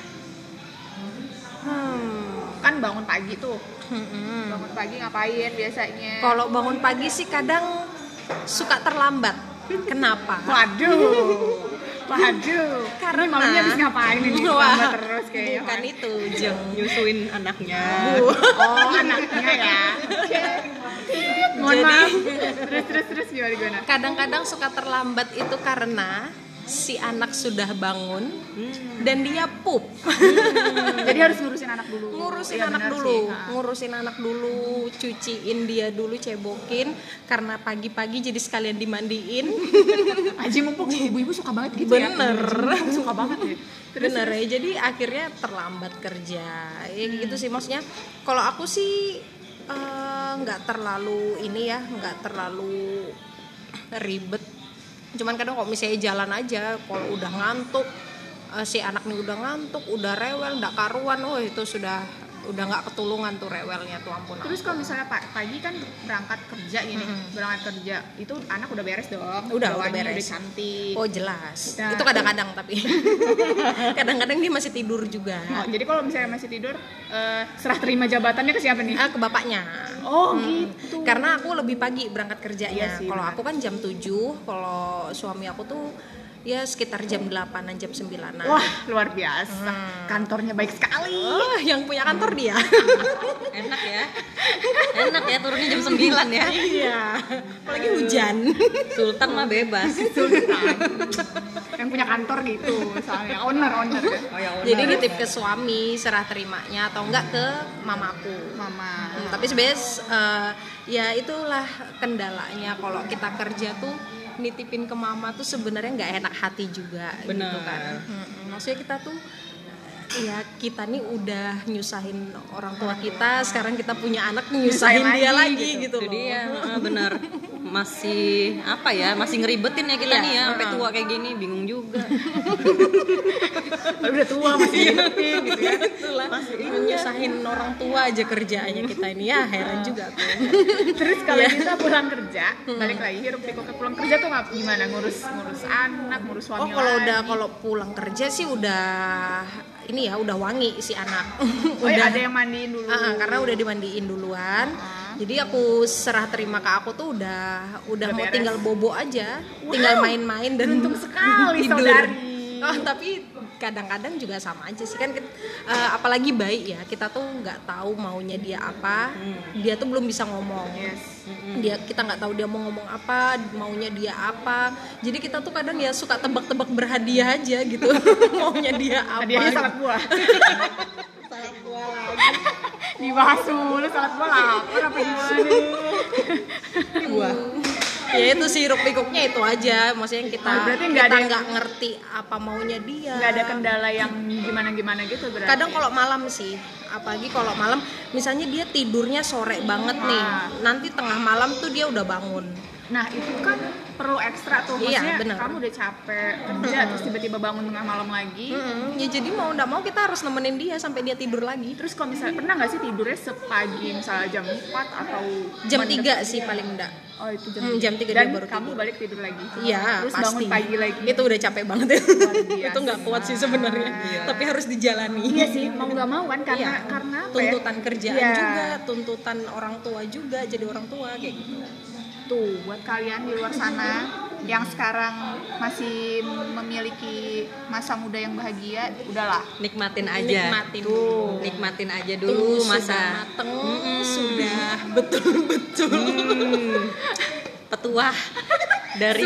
Hmm. Kan bangun pagi tuh. Mm-mm. Bangun pagi ngapain biasanya? Kalau bangun pagi sih kadang suka terlambat. Kenapa? Waduh. Waduh. Karena- Ini malamnya habis ngapain ini? Wah, Lambat terus kayaknya. bukan itu, Jeng. Nyusuin anaknya. Oh, anaknya ya. Mohon Jadi maaf. Terus terus terus gimana gimana? kadang-kadang suka terlambat itu karena si anak sudah bangun dan dia pup. Jadi harus ngurusin anak dulu. Ngurusin Iya, anak benar dulu, sih. Ha. ngurusin anak dulu, cuciin dia dulu, cebokin karena pagi-pagi jadi sekalian dimandiin. Aji mumpung ibu-ibu suka banget gitu Bener. ya. Bener. Suka banget ya. Terus, Bener ya, jadi akhirnya terlambat kerja. Ya gitu sih maksudnya. Kalau aku sih eh, nggak terlalu ini ya, nggak terlalu ribet. Cuman kadang kalau misalnya jalan aja, kalau udah ngantuk, eh, si anak nih udah ngantuk, udah rewel, nggak karuan, oh itu sudah udah nggak ketulungan tuh rewelnya tuh ampun. terus kalau misalnya pa- pagi kan berangkat kerja gini, Mm-mm. berangkat kerja itu anak udah beres dong. Udah, udah Bawaannya beres. Udah cantik. Oh jelas, Nah. itu kadang-kadang tapi kadang-kadang dia masih tidur juga. Oh, jadi kalau misalnya masih tidur, eh, serah terima jabatannya ke siapa nih? Ah, ke bapaknya. Oh Hmm. gitu. Karena aku lebih pagi berangkat kerjanya. Iya sih, Kalau benar. aku kan jam tujuh, kalau suami aku tuh ya sekitar jam delapanan, jam sembilanan. Wah luar biasa. Hmm. Kantornya baik sekali. Oh, yang punya kantor dia. Enak ya. Enak ya turunnya jam sembilan ya. Iya. Apalagi hujan. Sultan mah bebas. Yang punya kantor gitu, misalnya owner owner ya. Oh ya Jadi nitip ke suami serah terimanya atau enggak ke mamaku. Mama. Hmm, tapi sebenarnya eh, ya itulah kendalanya kalau kita kerja tuh nitipin ke mama tuh sebenarnya nggak enak hati juga. Benar. Gitu kan. Hmm, maksudnya kita tuh ya kita nih udah nyusahin orang tua kita, sekarang kita punya anak nyusahin Nyusahin dia lagi, lagi gitu, Itu loh. dia, ah, benar. Masih apa ya? Masih ngeribetin ya kita Iya, nih ya, sampai uh-uh. tua kayak gini, bingung juga. Udah tua masih hidupin gitu ya. Itulah nyusahin orang tua aja kerjaannya kita ini ya, heran juga tuh. Terus kalau kita pulang kerja, balik lagi hirup pikuk ke pulang kerja tuh ngap gimana ngurus ngurus anak, ngurus suami Oh kalau lagi. udah kalau pulang kerja sih udah ini ya udah wangi si anak. Oh ya, ada yang mandiin dulu. Ah, ah, karena udah dimandiin duluan. Ah. Jadi aku serah terima ke aku tuh udah udah Udah mau beres. tinggal bobo aja, tinggal main-main dan Beruntung sekali, tidur. saudari. Oh, tapi kadang-kadang juga sama aja sih kan kit- eh, apalagi bayi ya, kita tuh nggak tahu maunya dia apa. Dia tuh belum bisa ngomong. Yes. Dia kita nggak tahu dia mau ngomong apa, maunya dia apa. Jadi kita tuh kadang ya suka tebak-tebak berhadiah aja gitu. Maunya dia apa. Hadiahnya salad buah. Salad buah lagi. Dibahas dulu salad buah lapar apa gimana? Buah. Ya itu sih hiruk pikuknya itu aja, maksudnya yang kita Oh, berarti nggak kita ada yang- nggak ngerti apa maunya dia. Nggak ada kendala yang gimana-gimana gitu berarti. Kadang kalau malam sih, apalagi kalau malam, misalnya dia tidurnya sore banget nih, Ah. nanti tengah malam tuh dia udah bangun. Nah itu kan perlu ekstra tuh, Iya, maksudnya benar. kamu udah capek kerja terus tiba-tiba bangun tengah malam lagi. Mm-mm. Ya jadi mau nggak mau kita harus nemenin dia sampai dia tidur lagi. Terus kalau misalnya pernah nggak sih tidurnya sepagi misalnya jam empat atau Jam mendek- tiga sih paling enggak. Oh itu jam Hmm, jam tiga Dan dia baru kamu tidur. balik tidur lagi. Iya, Terus pasti. bangun pagi lagi. Itu udah capek banget ya. biasa. Itu nggak kuat sih sebenarnya, tapi harus dijalani. Iya sih, mau nggak mau kan karena Iya. karena apa ya? tuntutan kerjaan Iya. juga, tuntutan orang tua juga, jadi orang tua kayak gitu. Tuh buat kalian di luar sana yang sekarang masih memiliki masa muda yang bahagia, udahlah. Nikmatin aja. Nikmatin. Tuh. Nikmatin aja Tunggu dulu sudah masa mateng, sudah betul-betul. Hmm. petuah dari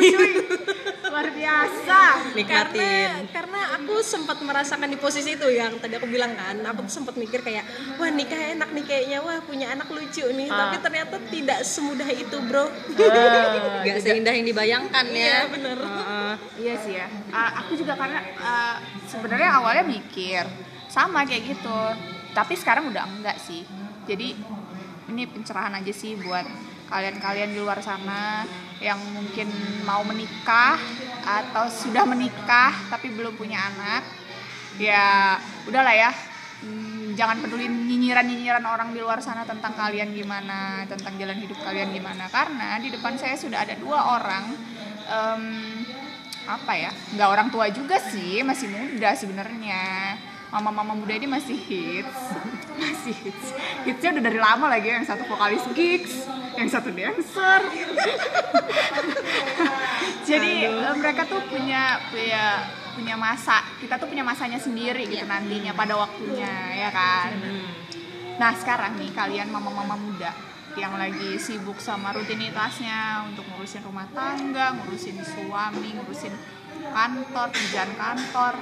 Luar biasa. nikmatin. karena karena aku sempat merasakan di posisi itu yang tadi aku bilang kan, aku tuh sempat mikir kayak wah nikah enak nih kayaknya, wah punya anak lucu nih, Ah. tapi ternyata tidak semudah itu bro. Gak seindah yang dibayangkan ya. Iya bener. Heeh. Iya sih ya. Uh, aku juga karena uh, sebenarnya awalnya mikir sama kayak gitu, tapi sekarang udah enggak sih. Jadi ini pencerahan aja sih buat kalian-kalian di luar sana yang mungkin mau menikah atau sudah menikah tapi belum punya anak. Ya udahlah ya. Hmm, jangan peduli nyinyiran-nyinyiran orang di luar sana tentang kalian gimana, tentang jalan hidup kalian gimana. Karena di depan saya sudah ada dua orang. em, apa ya, nggak orang tua juga sih, masih muda sebenarnya. Mama-mama muda ini masih hits, masih hits. Hitsnya udah dari lama lagi, yang satu vokalis gigs, yang satu dancer. Jadi eh, mereka tuh punya punya punya masa, kita tuh punya masanya sendiri gitu nantinya pada waktunya, ya kan. Nah sekarang nih kalian mama-mama muda yang lagi sibuk sama rutinitasnya untuk ngurusin rumah tangga, ngurusin suami, ngurusin kantor, kerjaan kantor.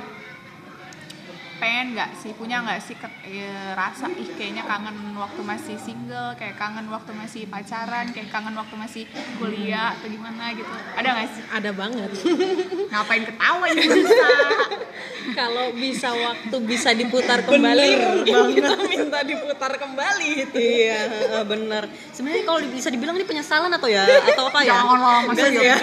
Pengen nggak sih, punya nggak sih ke, ya, rasa ih kayaknya kangen waktu masih single, kayak kangen waktu masih pacaran, kayak kangen waktu masih kuliah atau gimana gitu, ada nggak sih? Ada banget. Ngapain ketawa ini bisa? Kalau bisa waktu bisa diputar kembali, kita minta diputar kembali itu. Iya, bener. Sebenarnya kalau bisa dibilang ini penyesalan atau ya atau apa ya? Janganlah, masa Enggak ya? ya?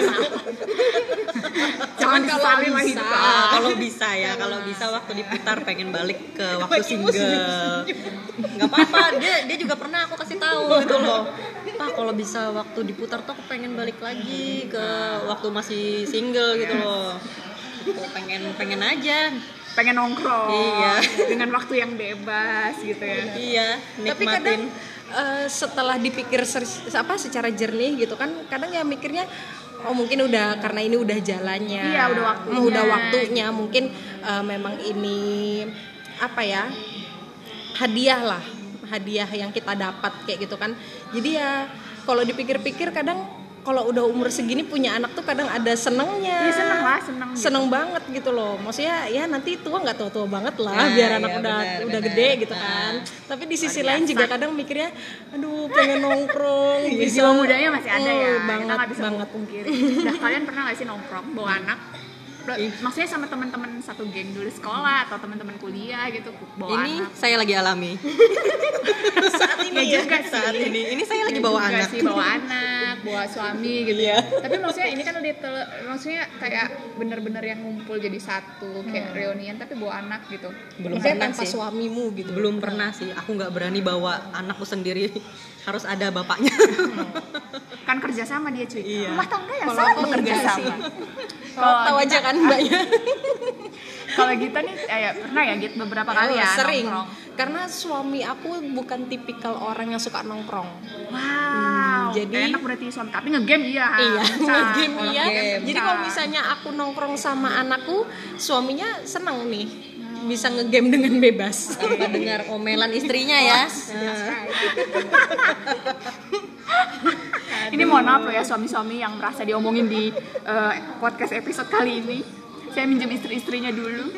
Jangan kalau disesali mah bisa. hidup. Ah, kalau bisa ya, kalau bisa waktu diputar pengen balik ke waktu single. Nggak apa-apa, dia dia juga pernah aku kasih tahu gitu loh. Pak, kalau bisa waktu diputar tuh aku pengen balik lagi ke waktu masih single gitu loh. Gitu, pengen pengen aja. Pengen nongkrong. Iya. Dengan waktu yang bebas gitu ya. Iya, Tapi kadang nikmatin. eh, setelah dipikir ser- apa secara jernih gitu kan, kadang ya mikirnya oh mungkin udah karena ini udah jalannya. Iya, udah waktunya. Udah waktunya. Mungkin eh, memang ini apa ya? Hadiah lah, hadiah yang kita dapat kayak gitu kan. Jadi ya kalau dipikir-pikir kadang kalau udah umur segini punya anak tuh kadang ada senengnya. Iya, seneng lah, seneng gitu. Seneng banget gitu loh. Maksudnya ya nanti tua nggak tua-tua banget lah, Nah, biar anak iya, udah benar, udah benar. gede gitu Nah. kan. Tapi di sisi lain juga kadang mikirnya, aduh pengen nongkrong. bisa Jiwa mudanya masih ada ya. Oh, Kita banget nggak bisa banget. pungkiri. Nah, kalian pernah nggak sih nongkrong bawa anak? Maksudnya sama teman-teman satu geng dulu sekolah atau teman-teman kuliah gitu bawa Ini anak. saya lagi alami. Saat ini Ya ya. juga sih. Saat ini, ini saya lagi Ya bawa juga anak. sih, bawa anak, bawa suami gitu. Iya. Tapi maksudnya ini kan udah tele- maksudnya kayak bener-bener yang ngumpul jadi satu kayak reunian tapi bawa anak gitu. Belum Maksudnya pernah tanpa sih. suamimu gitu. Belum pernah sih. Aku nggak berani bawa anakku sendiri. Harus ada bapaknya. Kan kerja sama dia cuy. Iya. Rumah tangga yang Kalau sangat aku bekerja enggak sama. Kalau tahu aja kan mbaknya. Kalau Gita nih eh, ya, pernah ya Git beberapa kali ya Sering. nongkrong. Karena suami aku bukan tipikal orang yang suka nongkrong. Wow. jadi- enak berarti suami tapi ngegame iya. Iya, Kencang. nge-game Kalau iya. ngegame Jadi kencang. kalau misalnya aku nongkrong sama anakku, suaminya seneng nih. Bisa ngegame dengan bebas. Tanpa dengar omelan istrinya ya. Ini mohon maaf loh ya suami-suami yang merasa diomongin di eh, podcast episode kali ini. Saya minjem istri-istrinya dulu.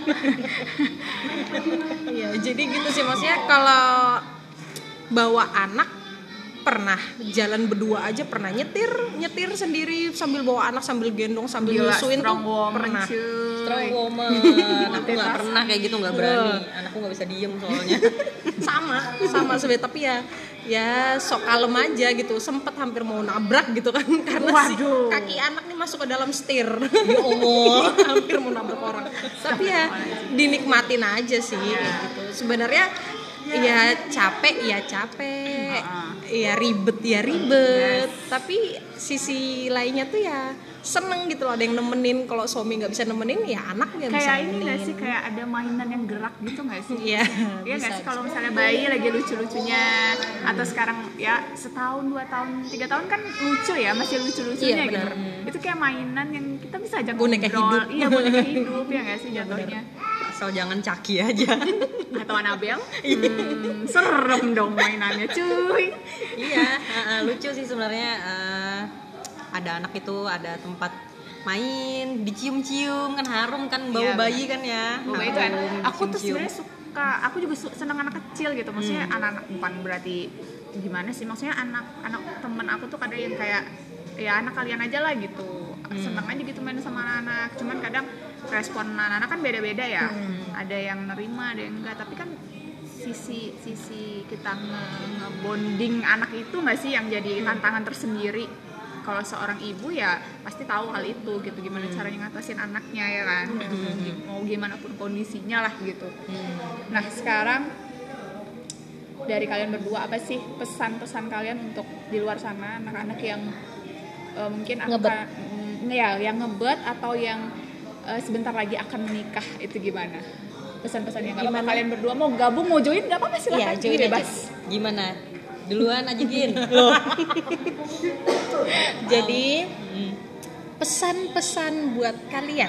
Iya, jadi gitu sih maksudnya kalau bawa anak pernah jalan berdua aja pernah nyetir nyetir sendiri sambil bawa anak sambil gendong sambil Gila, nyusuin tuh strong woman pernah. cuy. Strong woman. Aku nggak pernah kayak gitu, nggak berani. Anakku nggak bisa diem soalnya. sama sama sebenarnya tapi ya ya sok kalem aja gitu, sempet hampir mau nabrak gitu kan karena si Waduh. kaki anak nih masuk ke dalam setir. Ya Allah, hampir mau nabrak orang. Tapi ya dinikmatin aja sih kayak gitu. Sebenarnya ya capek ya capek, ya ribet ya ribet. Tapi sisi lainnya tuh ya seneng gitu loh, ada yang nemenin. Kalau suami nggak bisa nemenin ya anak yang bisa Kayak ini nemenin. nggak sih kayak ada mainan yang gerak gitu nggak sih? Iya. Iya nggak sih kalau misalnya bayi lagi lucu-lucunya atau sekarang ya setahun dua tahun tiga tahun kan lucu ya masih lucu-lucunya Iya, gitu. benar. Itu kayak mainan yang kita bisa aja Boneka ngobrol. hidup. Iya boneka hidup ya nggak sih jatuhnya. Asal jangan caki aja. Atau Anabel. Hmm, serem dong mainannya cuy. Iya, uh, lucu sih sebenarnya. Uh, ada anak itu, ada tempat main, dicium-cium kan harum kan, bau Iya, bayi kan ya. Boba itu Harum, enak. Aku tuh dicium-cium. sebenarnya suka, aku juga su- senang anak kecil gitu. Maksudnya Hmm. anak-anak bukan berarti gimana sih? Maksudnya anak-anak temen aku tuh kadang yang kayak ya anak kalian aja lah gitu. Hmm. Seneng aja gitu main sama anak-anak. Cuman kadang respon anak-anak kan beda-beda ya. Hmm. Ada yang nerima, ada yang enggak. Tapi kan sisi sisi kita nge- nge-bonding anak itu nggak sih yang jadi tantangan tersendiri. Kalau seorang ibu ya pasti tahu hal itu gitu, gimana Hmm. caranya ngatasin anaknya ya kan, mau gimana pun kondisinya lah gitu. Nah sekarang dari kalian berdua apa sih pesan-pesan kalian untuk di luar sana anak-anak yang eh, mungkin akan Ngebet. mm, ya yang ngebet atau yang eh, sebentar lagi akan menikah itu gimana? Pesan-pesan yang nggak apa-apa Gimana? kalian berdua mau gabung mau join nggak apa-apa silakan, Iya, join ini aja. bebas. Gimana? Duluan aja Gin. Loh. Jadi pesan-pesan buat kalian.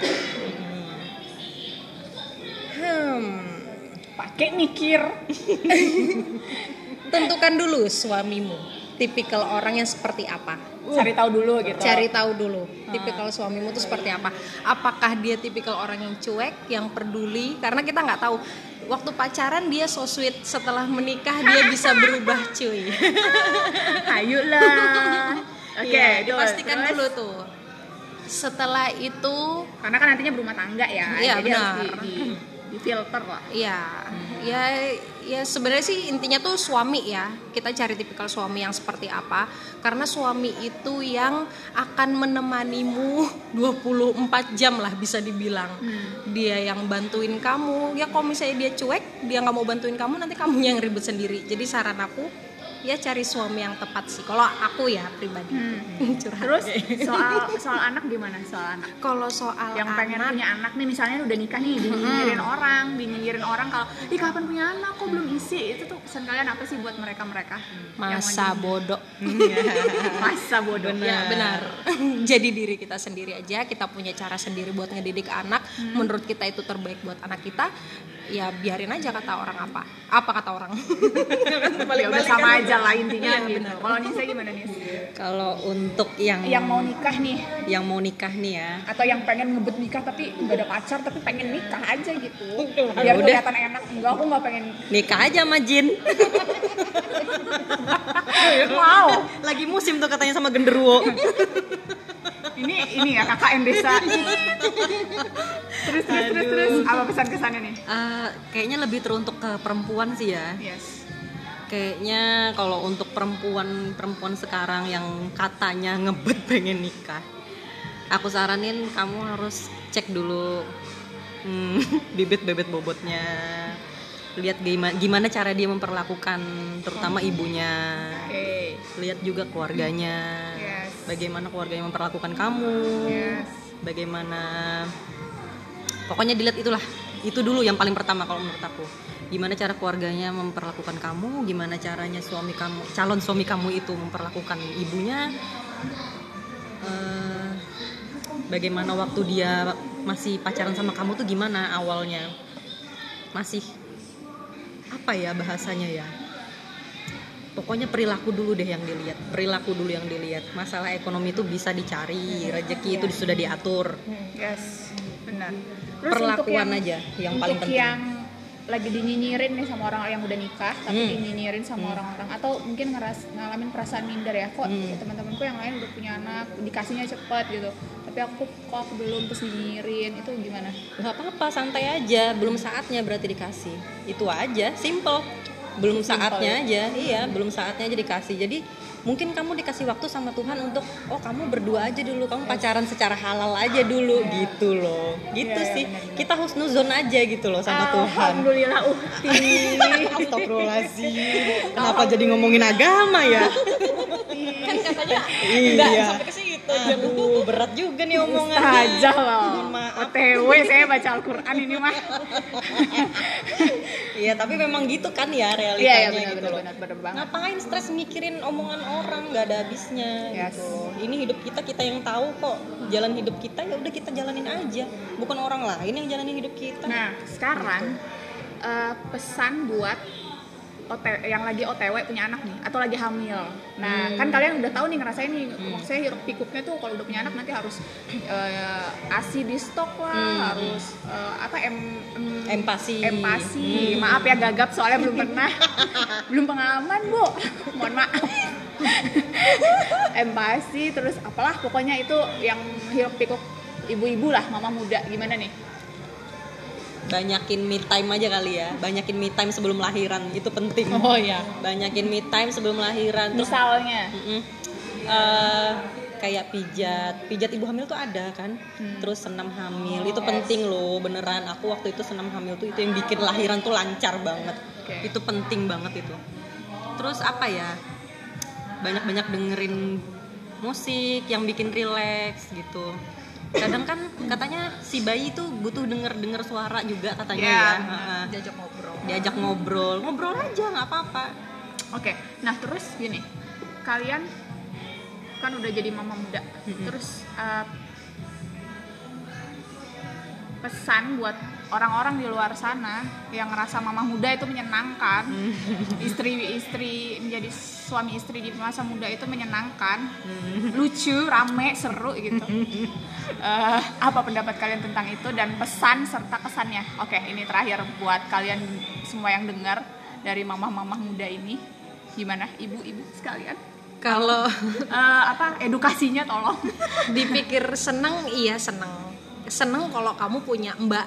Hmm, Pakai mikir. tentukan dulu suamimu. tipikal orang yang seperti apa. Cari tahu dulu gitu. Cari tahu dulu tipikal suamimu tuh seperti apa. Apakah dia tipikal orang yang cuek, yang peduli? Karena kita nggak tahu. Waktu pacaran dia so sweet, setelah menikah dia bisa berubah cuy. Ayo lah. Oke, Iya, terus, dipastikan terus. dulu tuh. Setelah itu, Karena kan nantinya berumah tangga ya. Iya, jadi harus benar. di, di, di filter lah. ya, ya, ya sebenarnya sih intinya tuh suami ya. Kita cari tipikal suami yang seperti apa? Karena suami itu yang akan menemanimu dua puluh empat jam lah bisa dibilang. Hmm. Dia yang bantuin kamu. Ya kalau misalnya dia cuek, dia nggak mau bantuin kamu, nanti kamu yang ribet sendiri. Jadi saran aku, ya cari suami yang tepat sih. Kalau aku ya pribadi. Hmm. Curhat. Terus soal soal anak gimana? Soal anak. Kalau soal Yang pengen anak, punya anak nih, misalnya udah nikah nih, dinyinyirin orang, dinyinyirin orang kalau, ih kapan punya anak, kok belum isi? Itu tuh pesan kalian apa sih buat mereka-mereka? masa Yang bodoh. masa bodoh. Ya benar. Jadi diri kita sendiri aja, kita punya cara sendiri buat ngedidik anak. Menurut kita itu terbaik buat anak kita. Ya biarin aja kata orang apa. Apa kata orang? Ya udah sama aja lah intinya Iya, gitu. benar. Kalau Nisa gimana nih? Kalau untuk yang Yang mau nikah nih, yang mau nikah nih ya, atau yang pengen ngebet nikah tapi nggak ada pacar tapi pengen nikah aja gitu. Biar Udah. kelihatan enak. Enggak, aku nggak pengen. nikah aja sama Jin. Wow. Lagi musim tuh katanya sama genderuwo. Ini ini ya K K N desa. Terus terus terus terus apa pesan kesannya nih? Eh, kayaknya lebih teruntuk ke perempuan sih ya. Yes. Kayaknya kalau untuk perempuan-perempuan sekarang yang katanya ngebet pengen nikah, aku saranin kamu harus cek dulu hmm, bibit-bibit bobotnya. Lihat gimana, gimana cara dia memperlakukan terutama ibunya. Oke. Lihat juga keluarganya. Yes. Bagaimana keluarganya memperlakukan kamu. Yes. Bagaimana, pokoknya dilihat itulah. Itu dulu yang paling pertama kalau menurut aku. Gimana cara keluarganya memperlakukan kamu, gimana caranya suami kamu, calon suami kamu itu memperlakukan ibunya. Eh, bagaimana waktu dia masih pacaran sama kamu tuh gimana awalnya. Masih apa ya bahasanya ya, pokoknya perilaku dulu deh yang dilihat, perilaku dulu yang dilihat. Masalah ekonomi itu bisa dicari, rezeki itu sudah diatur. Yes. Benar. Terus Perlakuan untuk yang, aja yang paling untuk penting. yang lagi dinyinyirin nih sama orang yang udah nikah tapi Hmm. dinyinyirin sama orang-orang atau mungkin ngeras ngalamin perasaan minder ya, kok Hmm. teman-temanku yang lain udah punya anak dikasihnya cepet gitu tapi aku kok aku belum, terus dinyinyirin, itu gimana? Nggak apa-apa, santai aja. Belum saatnya berarti dikasih. Itu aja, simple. Belum saatnya aja, iya, belum saatnya aja dikasih. Jadi mungkin kamu dikasih waktu sama Tuhan untuk, oh kamu berdua aja dulu, kamu pacaran secara halal aja dulu, gitu loh. Gitu Iya, sih. benar-benar. Kita husnuzon aja gitu loh sama Tuhan. Alhamdulillah uhti. Astagfirullahaladzim. Kenapa jadi ngomongin agama ya? Kan katanya Iya. sampai ke situ. Aduh, berat juga nih omongannya. Ustazah loh. Mohon maaf. O T W saya baca Al-Quran ini mah. Iya, tapi memang gitu kan ya realitanya Iya, iya, benar, gitu benar, loh. benar, benar banget. Ngapain stres mikirin omongan orang, nggak ada habisnya Yes. gitu. Ini hidup kita, kita yang tahu kok jalan hidup kita, ya udah kita jalanin aja. Bukan orang lain yang jalanin hidup kita. Nah, sekarang eh, pesan buat O T, yang lagi O T W punya anak nih atau lagi hamil. Nah, Hmm. kan kalian udah tahu nih ngerasain nih, maksudnya hiruk pikuknya tuh kalau udah punya anak nanti harus eh, ASI di stok lah, Hmm. harus eh, apa em, em- Empasi. empasi. Hmm. Maaf ya gagap soalnya belum pernah, belum pengalaman bu. Mohon maaf. Empasi, terus apalah pokoknya itu yang hiruk pikuk ibu-ibu lah, mama muda. Gimana nih? Banyakin me time aja kali ya. Banyakin me time sebelum lahiran, itu penting. Oh iya. Banyakin me time sebelum lahiran. Terus Misalnya, mm-mm. Eh, kayak pijat, pijat ibu hamil tuh ada kan. Terus senam hamil, itu penting loh beneran. Aku waktu itu senam hamil tuh itu yang bikin lahiran tuh lancar banget. Oke. Itu penting banget itu. Terus apa ya? Banyak-banyak dengerin musik yang bikin rileks gitu. Kadang kan katanya si bayi tuh butuh denger-denger suara juga katanya Iya, ya. benar. Heeh. Diajak ngobrol. Diajak ngobrol, ngobrol aja nggak apa-apa. oke. Nah terus gini, kalian kan udah jadi mama muda, terus uh, pesan buat orang-orang di luar sana yang ngerasa mama muda itu menyenangkan, istri-istri menjadi suami istri di masa muda itu menyenangkan, lucu, rame, seru gitu. Uh, apa pendapat kalian tentang itu dan pesan serta kesannya? Oke, ini terakhir buat kalian semua yang dengar dari mamah-mamah muda ini, gimana ibu-ibu sekalian? Kalau uh, apa edukasinya tolong. Dipikir seneng, iya seneng. Seneng kalau kamu punya mbak.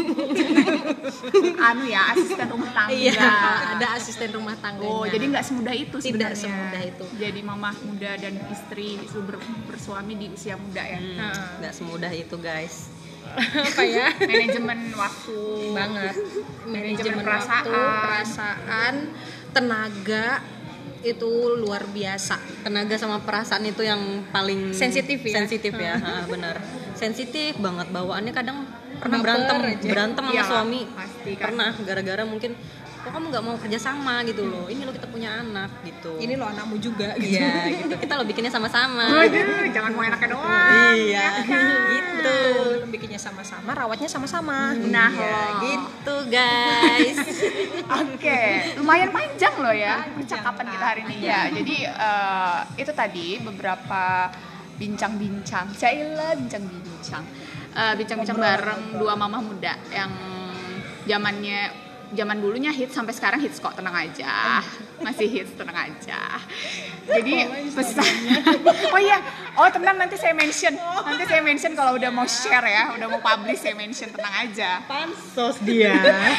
Anu ya, asisten rumah tangga. Iya, ada asisten rumah tangganya. Oh, jadi nggak semudah itu sebenarnya. Tidak semudah itu. Jadi mamah muda dan istri ber, bersuami di usia muda ya. Hmm, nggak semudah itu guys. Apa ya? Manajemen waktu Banget. Manajemen perasaan, perasaan. perasaan, tenaga itu luar biasa. Tenaga sama perasaan itu yang paling Sensitif ya? sensitif ya, ha, benar sensitif banget bawaannya. Kadang pernah Baper berantem aja. berantem sama Iya, suami, pasti kan. pernah gara-gara mungkin kok kamu nggak mau kerja sama gitu loh, ini lo kita punya anak gitu, Ini lo anakmu juga gitu. iya gitu, kita lo bikinnya sama-sama. Waduh, jangan mau enaknya doang. Iya gitu. Lo bikinnya sama-sama, rawatnya sama-sama. Nah, Ya, loh. gitu guys. Oke, lumayan panjang loh ya percakapan kita hari ini ya. Jadi eh, itu tadi beberapa bincang-bincang, Caila bincang-bincang, Eh, bincang-bincang bareng dua mamah muda yang zamannya zaman dulunya hits sampai sekarang hits kok, tenang aja, masih hits, tenang aja. Jadi pesan, oh iya, oh tenang, nanti saya mention, nanti saya mention kalau udah mau share ya, udah mau publish saya mention, tenang aja. Pansos dia.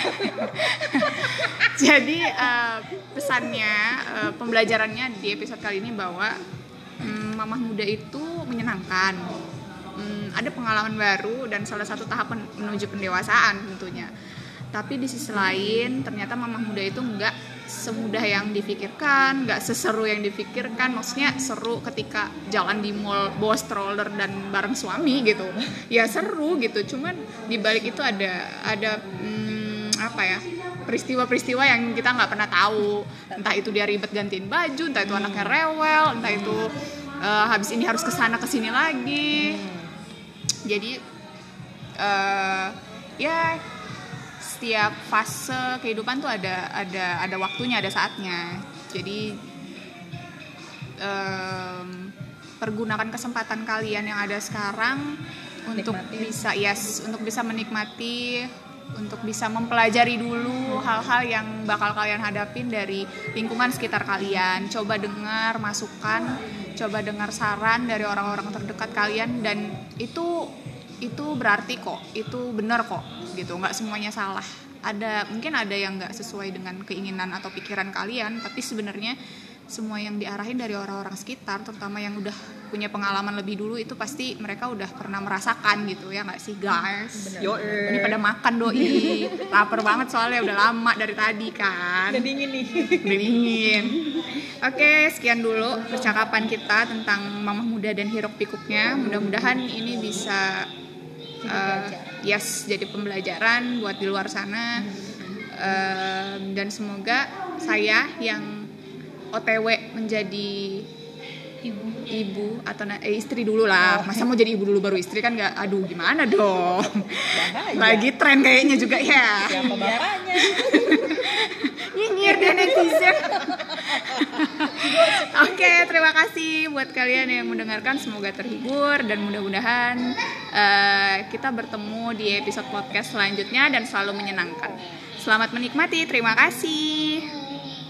Jadi uh, pesannya, uh, pembelajarannya di episode kali ini bahwa um, mamah muda itu menyenangkan. Um, ada pengalaman baru dan salah satu tahap men- menuju pendewasaan tentunya. Tapi di sisi lain ternyata mamah muda itu nggak semudah yang dipikirkan, nggak seseru yang dipikirkan. Maksudnya seru ketika jalan di mall bawa stroller dan bareng suami gitu, ya seru gitu. Cuman di balik itu ada ada hmm, apa ya, peristiwa-peristiwa yang kita nggak pernah tahu. Entah itu dia ribet gantiin baju, entah itu anaknya rewel, entah itu uh, habis ini harus kesana kesini lagi. Jadi uh, ya setiap fase kehidupan tuh ada ada ada waktunya, ada saatnya. Jadi um, pergunakan kesempatan kalian yang ada sekarang untuk Nikmatin. bisa yes untuk bisa menikmati, untuk bisa mempelajari dulu hal-hal yang bakal kalian hadapin dari lingkungan sekitar kalian. Coba dengar masukan, coba dengar saran dari orang-orang terdekat kalian, dan itu itu berarti kok, itu benar kok gitu, nggak semuanya salah. Ada mungkin ada yang nggak sesuai dengan keinginan atau pikiran kalian, tapi sebenarnya semua yang diarahin dari orang-orang sekitar, terutama yang udah punya pengalaman lebih dulu, itu pasti mereka udah pernah merasakan gitu ya nggak sih guys? Yo, Ini pada makan doi, lapar banget soalnya udah lama dari tadi kan. Udah dingin nih. Udah dingin. Oke, sekian dulu percakapan kita tentang mamah muda dan hiruk pikuknya. Mudah-mudahan ini bisa uh, yes jadi pembelajaran buat di luar sana. Uh, dan semoga saya yang O T W menjadi ibu, ibu atau na- eh, istri dulu lah. Masa mau jadi ibu dulu baru istri kan nggak? Aduh gimana dong? Lagi tren kayaknya juga ya. Siapa bapaknya? Nyinyir deh netizen. Oke, terima kasih buat kalian yang mendengarkan. Semoga terhibur dan mudah-mudahan uh, kita bertemu di episode podcast selanjutnya dan selalu menyenangkan. Selamat menikmati, terima kasih.